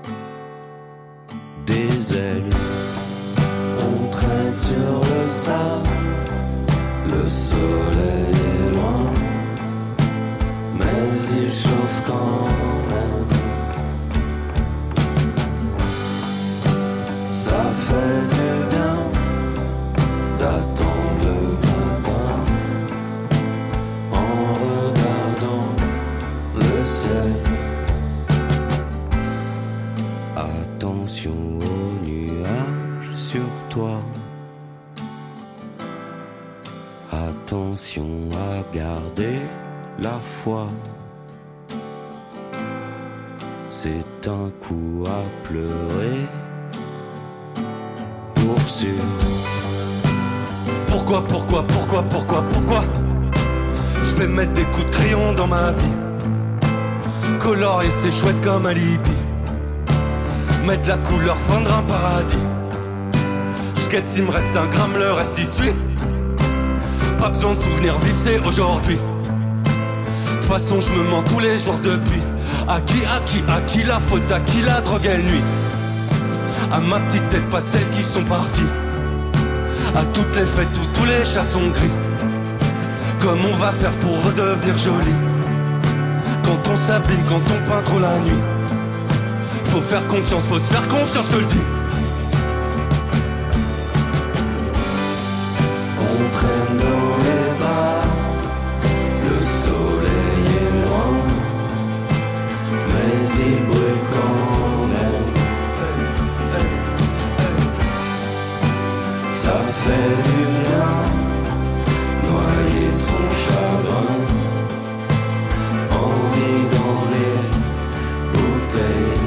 [SPEAKER 15] des ailes. On traîne sur le sable, le soleil est loin, mais il chauffe quand même. Ça fait du bien d'attendre le matin en regardant le ciel. Attention aux nuages sur toi. Attention à garder
[SPEAKER 16] la foi. C'est un coup à pleurer, pour sûr.
[SPEAKER 17] Pourquoi je vais mettre des coups de crayon dans ma vie, colorier c'est chouette comme un alibi, mettre la couleur feindre un paradis. J'quête s'il me reste un gramme, le reste y suit. Pas besoin de souvenirs vifs, c'est aujourd'hui. De toute façon je me mens tous les jours depuis. À qui la faute, à qui la drogue elle nuit. À ma petite tête, pas celles qui sont parties. À toutes les fêtes où tous les chats sont gris. Comme on va faire pour redevenir joli. Quand on s'abîme, quand on peint trop la nuit. Faut faire confiance, faut se faire confiance, je te le dis.
[SPEAKER 16] On traîne dans les bars, le soleil est loin, mais il brûle quand même. Ça fait du bien, noyer son chagrin, envie dans les bouteilles.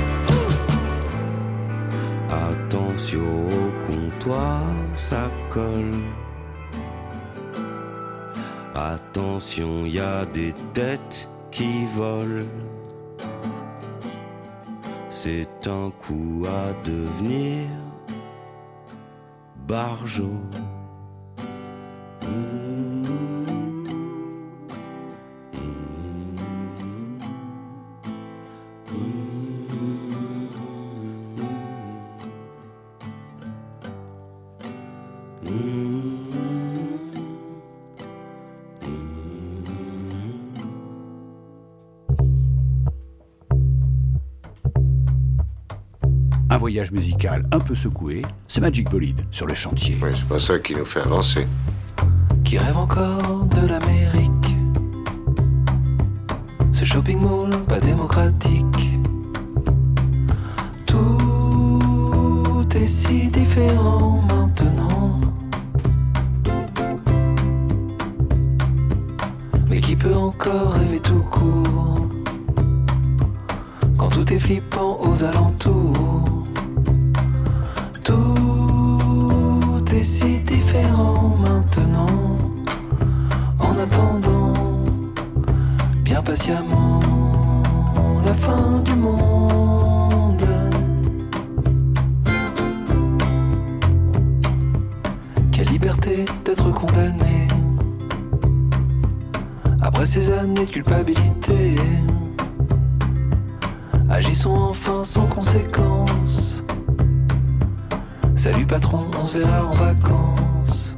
[SPEAKER 16] Attention au comptoir, ça colle. Attention, y a des têtes qui volent. C'est un coup à devenir barjot.
[SPEAKER 18] Un voyage musical un peu secoué, c'est Magic Bolide sur le chantier.
[SPEAKER 2] Oui, c'est pas ça qui nous fait avancer.
[SPEAKER 8] Qui rêve encore de l'Amérique, ce shopping mall pas démocratique. Tout est si différent maintenant. Mais qui peut encore rêver tout court quand tout est flippant aux alentours? Tout est si différent maintenant. En attendant, bien patiemment, la fin du monde. Quelle liberté d'être condamné après ces années de culpabilité. Agissons enfin sans conséquence. Salut patron, on se verra en vacances.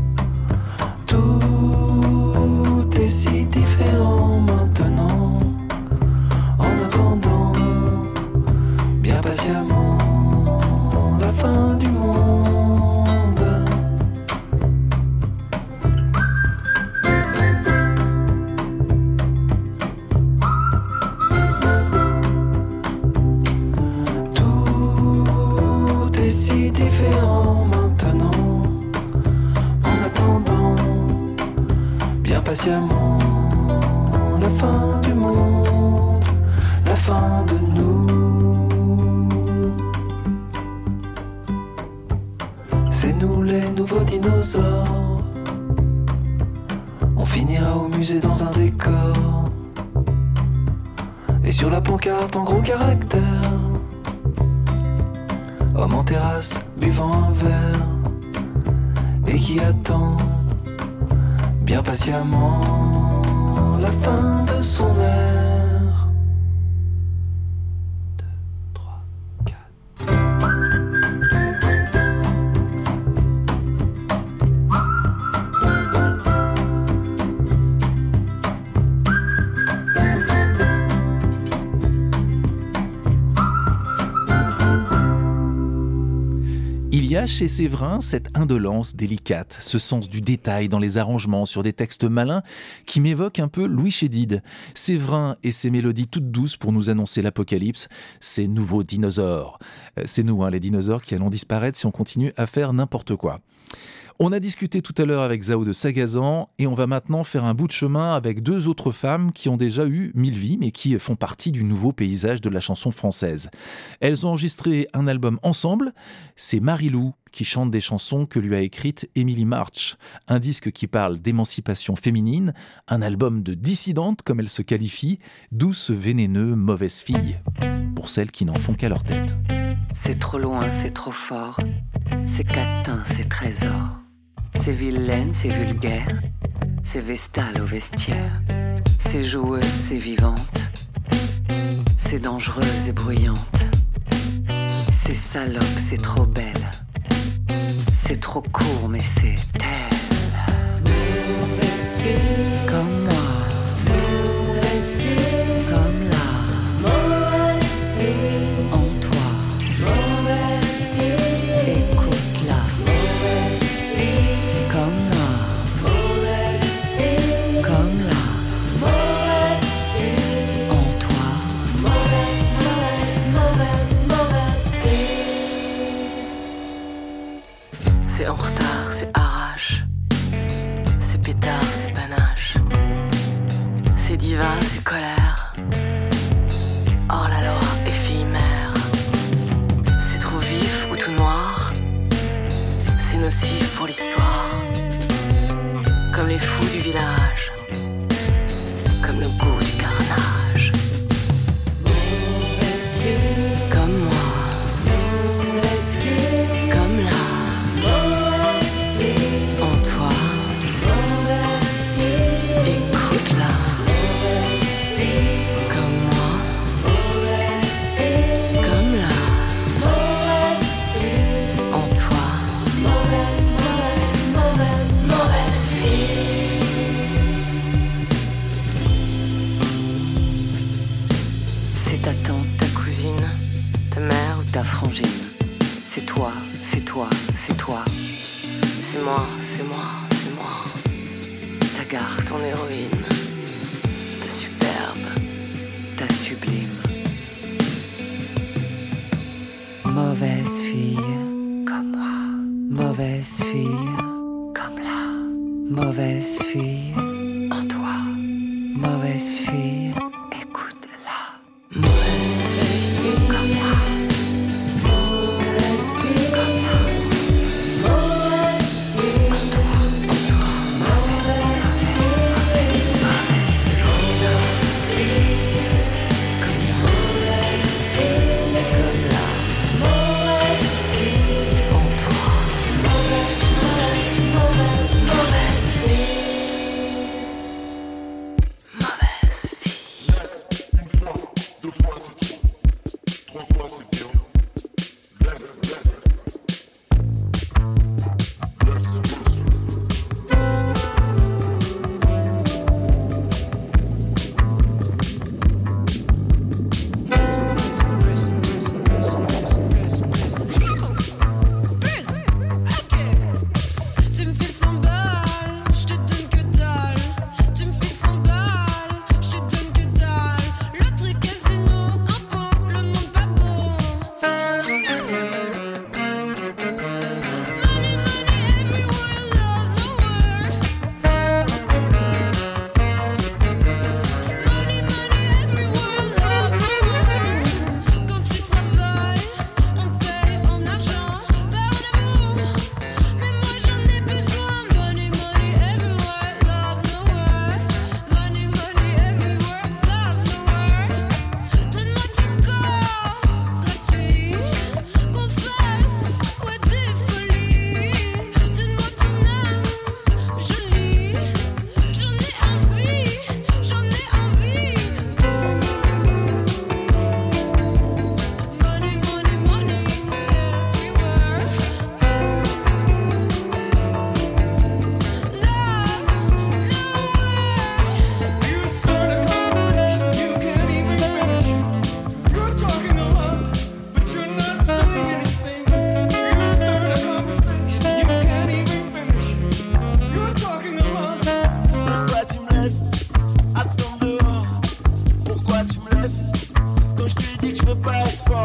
[SPEAKER 8] Tout est si différent maintenant. En attendant, bien patiemment, la fin du monde. Patiemment, la fin du monde, la fin de nous. C'est nous les nouveaux dinosaures. On finira au musée dans un décor. Et sur la pancarte en gros caractères, homme en terrasse buvant un verre. Et qui attend bien patiemment la fin de son ère. 2, 3, 4.
[SPEAKER 7] Il y a chez Séverin cette indolence délicate, ce sens du détail dans les arrangements sur des textes malins qui m'évoquent un peu Louis Chédid. Séverin et ses mélodies toutes douces pour nous annoncer l'apocalypse, ces nouveaux dinosaures. C'est nous, les dinosaures, qui allons disparaître si on continue à faire n'importe quoi. On a discuté tout à l'heure avec Zao de Sagazan et on va maintenant faire un bout de chemin avec 2 autres femmes qui ont déjà eu 1000 vies mais qui font partie du nouveau paysage de la chanson française. Elles ont enregistré un album ensemble, c'est Marie-Lou qui chante des chansons que lui a écrites Émilie March, un disque qui parle d'émancipation féminine, un album de dissidente comme elle se qualifie, douce, vénéneux, mauvaise fille, pour celles qui n'en font qu'à leur tête.
[SPEAKER 19] C'est trop loin, c'est trop fort, c'est catin, c'est trésor. C'est vilaine, c'est vulgaire, c'est vestale au vestiaire. C'est joueuse, c'est vivante, c'est dangereuse et bruyante. C'est salope, c'est trop belle, c'est trop court mais c'est elle. Mauvaise fille, comme moi, mauvaise fille, comme là, mauvaise fille, en toi, mauvaise fille, écoute-la.
[SPEAKER 20] C'est en retard, c'est arrache, c'est pétard, c'est panache, c'est diva, c'est colère, hors la loi, éphémère. C'est trop vif ou tout noir, c'est nocif pour l'histoire, comme les fous du village, comme le goût du carnage. Mauvaise fille, comme moi.
[SPEAKER 19] Ta frangine, c'est toi, c'est toi, c'est toi.
[SPEAKER 20] C'est moi, c'est moi, c'est moi.
[SPEAKER 19] Ta garce,
[SPEAKER 20] ton héroïne, ta superbe,
[SPEAKER 19] ta sublime. Mauvaise fille,
[SPEAKER 20] comme moi.
[SPEAKER 19] Mauvaise fille,
[SPEAKER 20] comme là.
[SPEAKER 19] Mauvaise fille,
[SPEAKER 20] en toi.
[SPEAKER 19] Mauvaise fille,
[SPEAKER 20] écoute-la. Mauvaise fille, comme moi.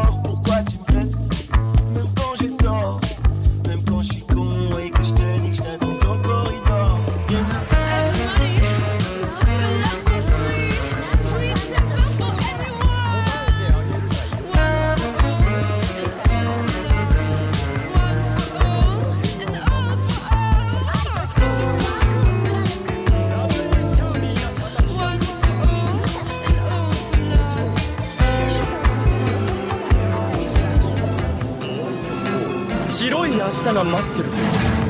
[SPEAKER 21] Même quand j'ai tort, même quand je suis con et que je te dis que je 白い明日が待ってるぜ。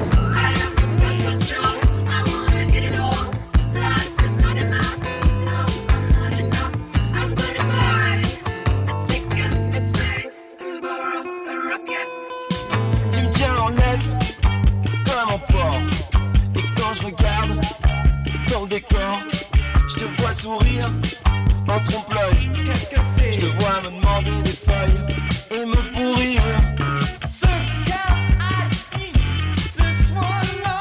[SPEAKER 22] Tu me tiens en laisse comme un porc. Et quand je regarde dans le décor, je te vois sourire en trompe-l'œil. Qu'est-ce que c'est? Je te vois me demander des feuilles et me pourrir. Ce gars a dit ce soir-là.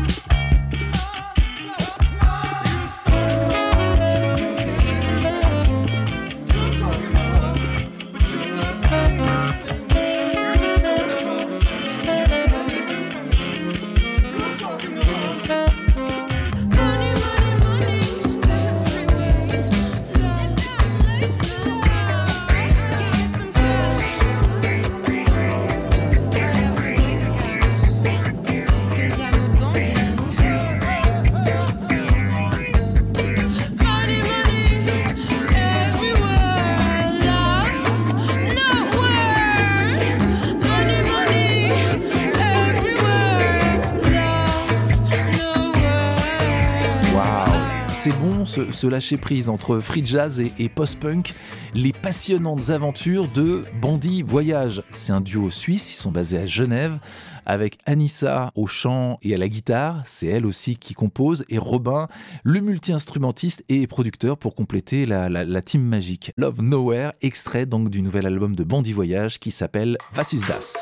[SPEAKER 7] C'est bon, ce lâcher-prise entre free jazz et post-punk, les passionnantes aventures de Bandit Voyage. C'est un duo suisse, ils sont basés à Genève, avec Anissa au chant et à la guitare, c'est elle aussi qui compose, et Robin, le multi-instrumentiste et producteur pour compléter la team magique. Love Nowhere, extrait donc du nouvel album de Bandit Voyage qui s'appelle Was ist das?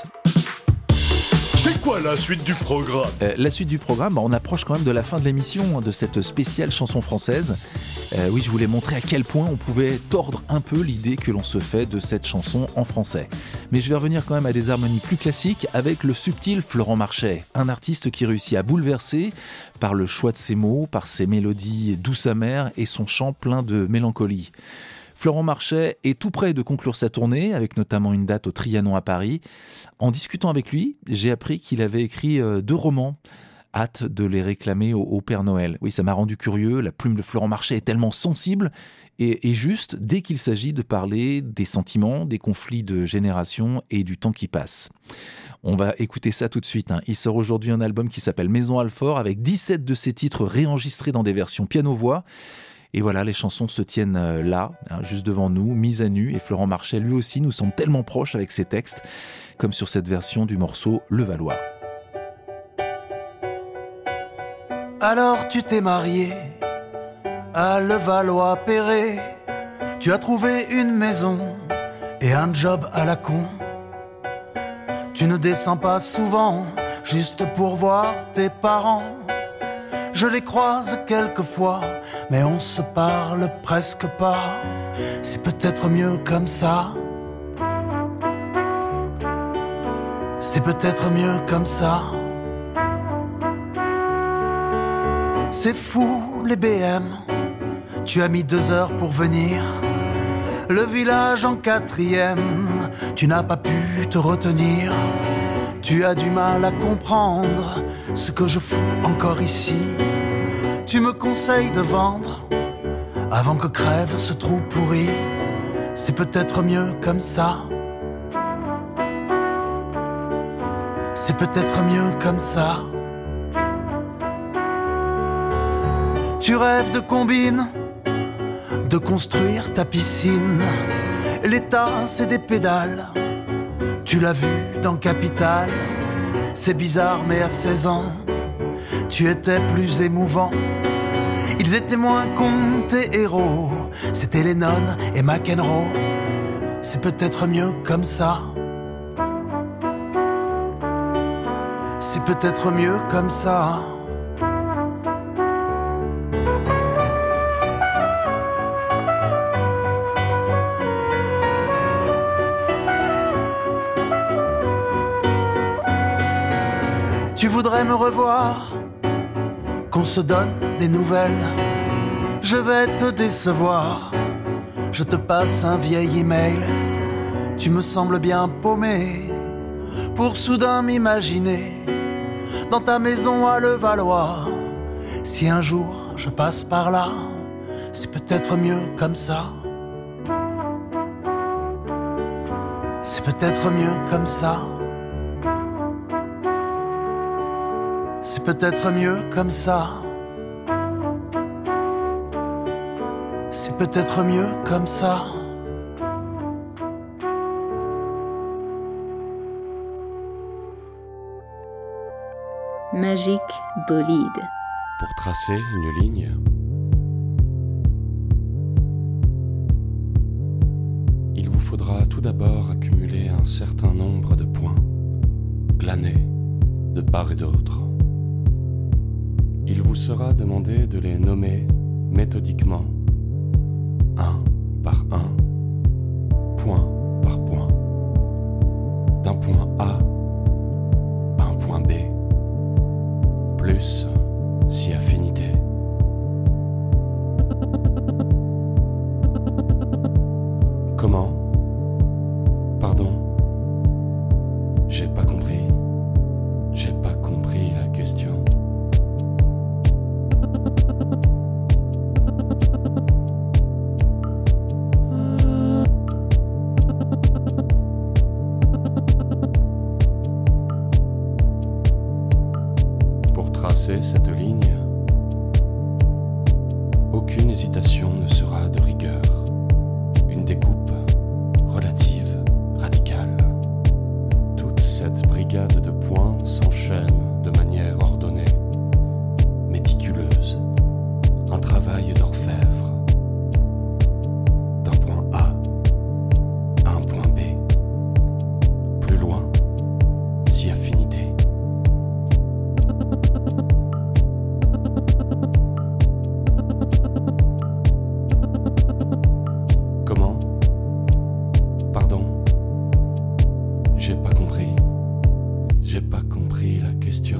[SPEAKER 23] C'est quoi la suite du programme?
[SPEAKER 7] La suite du programme, on approche quand même de la fin de l'émission, de cette spéciale chanson française. Oui, je voulais montrer à quel point on pouvait tordre un peu l'idée que l'on se fait de cette chanson en français. Mais je vais revenir quand même à des harmonies plus classiques avec le subtil Florent Marchais, un artiste qui réussit à bouleverser par le choix de ses mots, par ses mélodies douces amères et son chant plein de mélancolie. Florent Marchais est tout près de conclure sa tournée, avec notamment une date au Trianon à Paris. En discutant avec lui, j'ai appris qu'il avait écrit 2 romans. Hâte de les réclamer au Père Noël. Oui, ça m'a rendu curieux, la plume de Florent Marchais est tellement sensible et juste dès qu'il s'agit de parler des sentiments, des conflits de génération et du temps qui passe. On va écouter ça tout de suite. Il sort aujourd'hui un album qui s'appelle Maison Alfort, avec 17 de ses titres réenregistrés dans des versions piano-voix. Et voilà, les chansons se tiennent là, juste devant nous, mises à nu. Et Florent Marchais, lui aussi, nous semble tellement proche avec ses textes, comme sur cette version du morceau Le Valois.
[SPEAKER 24] Alors tu t'es marié à Levallois-Perret. Tu as trouvé une maison et un job à la con. Tu ne descends pas souvent, juste pour voir tes parents. Je les croise quelquefois, mais on se parle presque pas. C'est peut-être mieux comme ça. C'est peut-être mieux comme ça. C'est fou les BM. Tu as mis 2 heures pour venir. Le village en 4e, tu n'as pas pu te retenir. Tu as du mal à comprendre ce que je fous encore ici. Tu me conseilles de vendre avant que crève ce trou pourri. C'est peut-être mieux comme ça. C'est peut-être mieux comme ça. Tu rêves de combine, de construire ta piscine. L'État, c'est des pédales. Tu l'as vu dans Capital. C'est bizarre, mais à 16 ans, tu étais plus émouvant. Ils étaient moins cons, tes héros. C'était Lennon et McEnroe. C'est peut-être mieux comme ça. C'est peut-être mieux comme ça. Tu voudrais me revoir, qu'on se donne des nouvelles. Je vais te décevoir, je te passe un vieil email. Tu me sembles bien paumé, pour soudain m'imaginer dans ta maison à Levallois. Si un jour je passe par là, c'est peut-être mieux comme ça. C'est peut-être mieux comme ça. peut-être mieux comme ça. C'est peut-être mieux comme ça.
[SPEAKER 1] Magic Bolide.
[SPEAKER 3] Pour tracer une ligne, il vous faudra tout d'abord accumuler un certain nombre de points, glanés de part et d'autre. Il vous sera demandé de les nommer méthodiquement, un par un, point par point, d'un point A à un point B, plus si affinité. Comment ? Pardon ? J'ai pas compris. J'ai pas compris la question. Pour tracer cette ligne, aucune hésitation ne sera de rigueur. Une découpe relative, radicale. Toute cette brigade de points s'enchaîne de manière ordonnée, méticuleuse. Un travail d'orfèvre. D'un point A à un point B. Plus loin, si affinité. Comment ? Pardon ? J'ai pas compris. J'ai pas compris la question.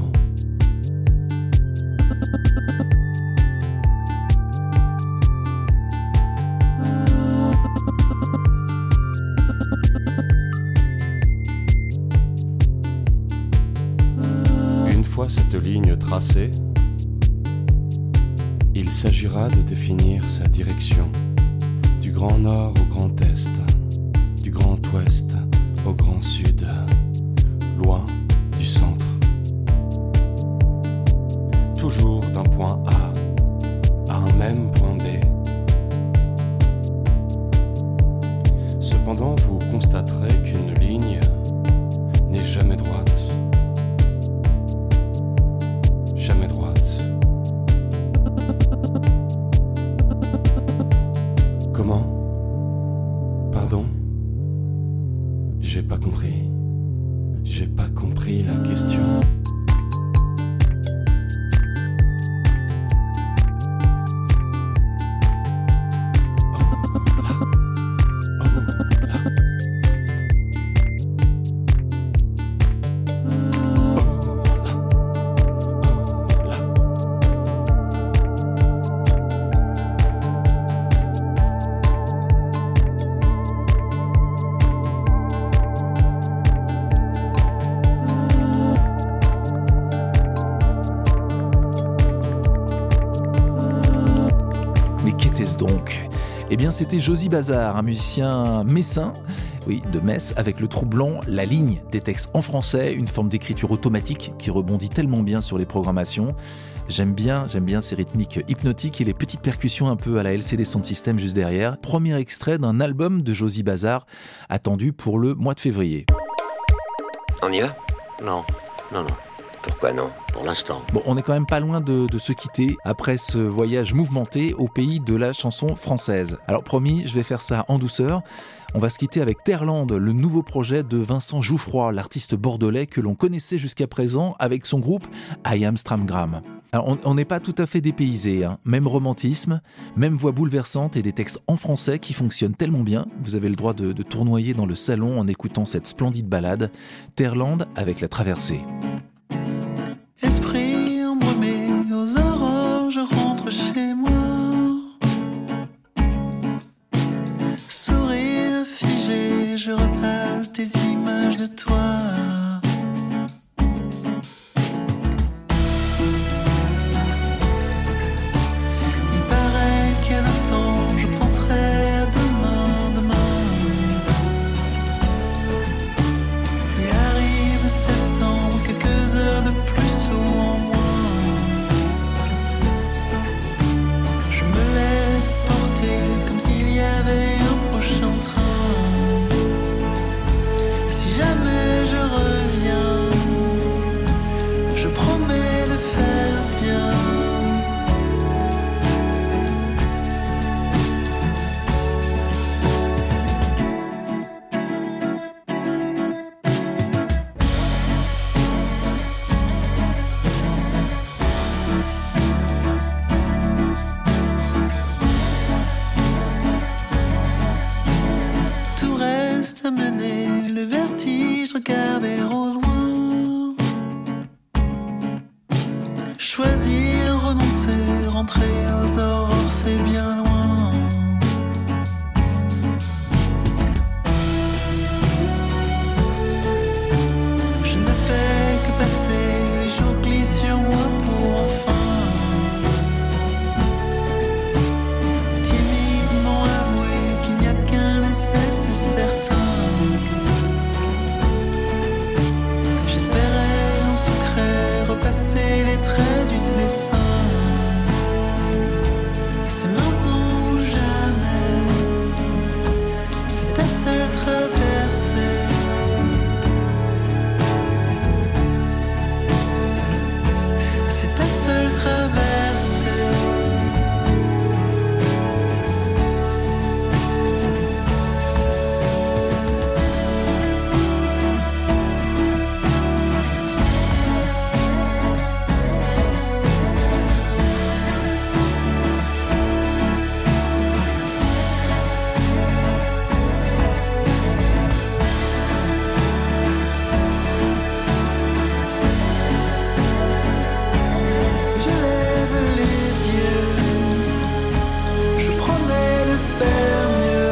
[SPEAKER 3] Une fois cette ligne tracée, il s'agira de définir sa direction, du grand nord au grand est, du grand ouest au grand sud, loin du centre. Toujours d'un point A à un même point B. Cependant, vous constaterez qu'une ligne n'est jamais droite. Jamais droite. Comment ? Pardon ? J'ai pas compris. J'ai pas compris la question.
[SPEAKER 7] Eh bien, c'était Josy Bazar, un musicien messin, oui, de Metz, avec le troublant La Ligne, des textes en français, une forme d'écriture automatique qui rebondit tellement bien sur les programmations. J'aime bien ces rythmiques hypnotiques et les petites percussions un peu à la LCD Sound System juste derrière. Premier extrait d'un album de Josy Bazar, attendu pour le mois de février.
[SPEAKER 4] On y va ? Non. Pourquoi non ? Pour l'instant.
[SPEAKER 7] Bon, on est quand même pas loin de se quitter après ce voyage mouvementé au pays de la chanson française. Alors promis, je vais faire ça en douceur. On va se quitter avec Terland, le nouveau projet de Vincent Jouffroy, l'artiste bordelais que l'on connaissait jusqu'à présent avec son groupe I Am Stramgram. Alors on n'est pas tout à fait dépaysé, hein. Même romantisme, même voix bouleversante et des textes en français qui fonctionnent tellement bien. Vous avez le droit de tournoyer dans le salon en écoutant cette splendide ballade. Terland avec La Traversée.
[SPEAKER 24] Esprit embrumé aux aurores, je rentre chez moi. Sourire figé, je repasse des images de toi. Il paraît que le temps, je penserai à demain. Puis arrive septembre, quelques heures de plus ou en moins. reste à mener, le vertige, regarder au loin. Choisir, renoncer, rentrer aux aurores, c'est bien loin. Je ne fais que passer, les jours glissent sur moi pour enfin timidement avouer qu'il n'y a qu'un essai, c'est certain. J'espérais en secret repasser les traits du dessin. C'est maintenant ou jamais, c'est ta seule traversée. C'est ta seule traversée. Je lève les yeux, je promets de faire mieux.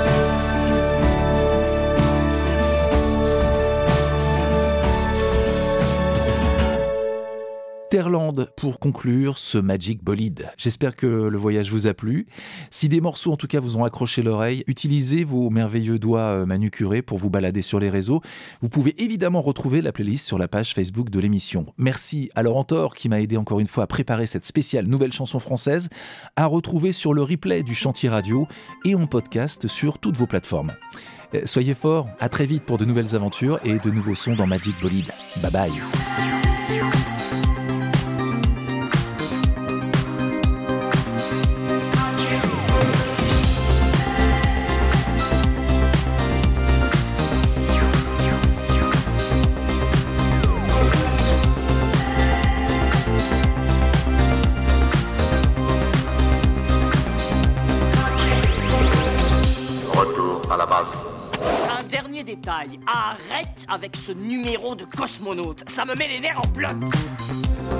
[SPEAKER 7] Terland pour conclure ce Magic Bolide. J'espère que le voyage vous a plu. Si des morceaux en tout cas vous ont accroché l'oreille, utilisez vos merveilleux doigts manucurés pour vous balader sur les réseaux. Vous pouvez évidemment retrouver la playlist sur la page Facebook de l'émission. Merci à Laurent Thor qui m'a aidé encore une fois à préparer cette spéciale nouvelle chanson française, à retrouver sur le replay du Chantier Radio et en podcast sur toutes vos plateformes. Soyez forts, à très vite pour de nouvelles aventures et de nouveaux sons dans Magic Bolide. Bye bye.
[SPEAKER 2] Retour à la base.
[SPEAKER 21] Un dernier détail, arrête avec ce numéro de cosmonaute, ça me met les nerfs en bloc.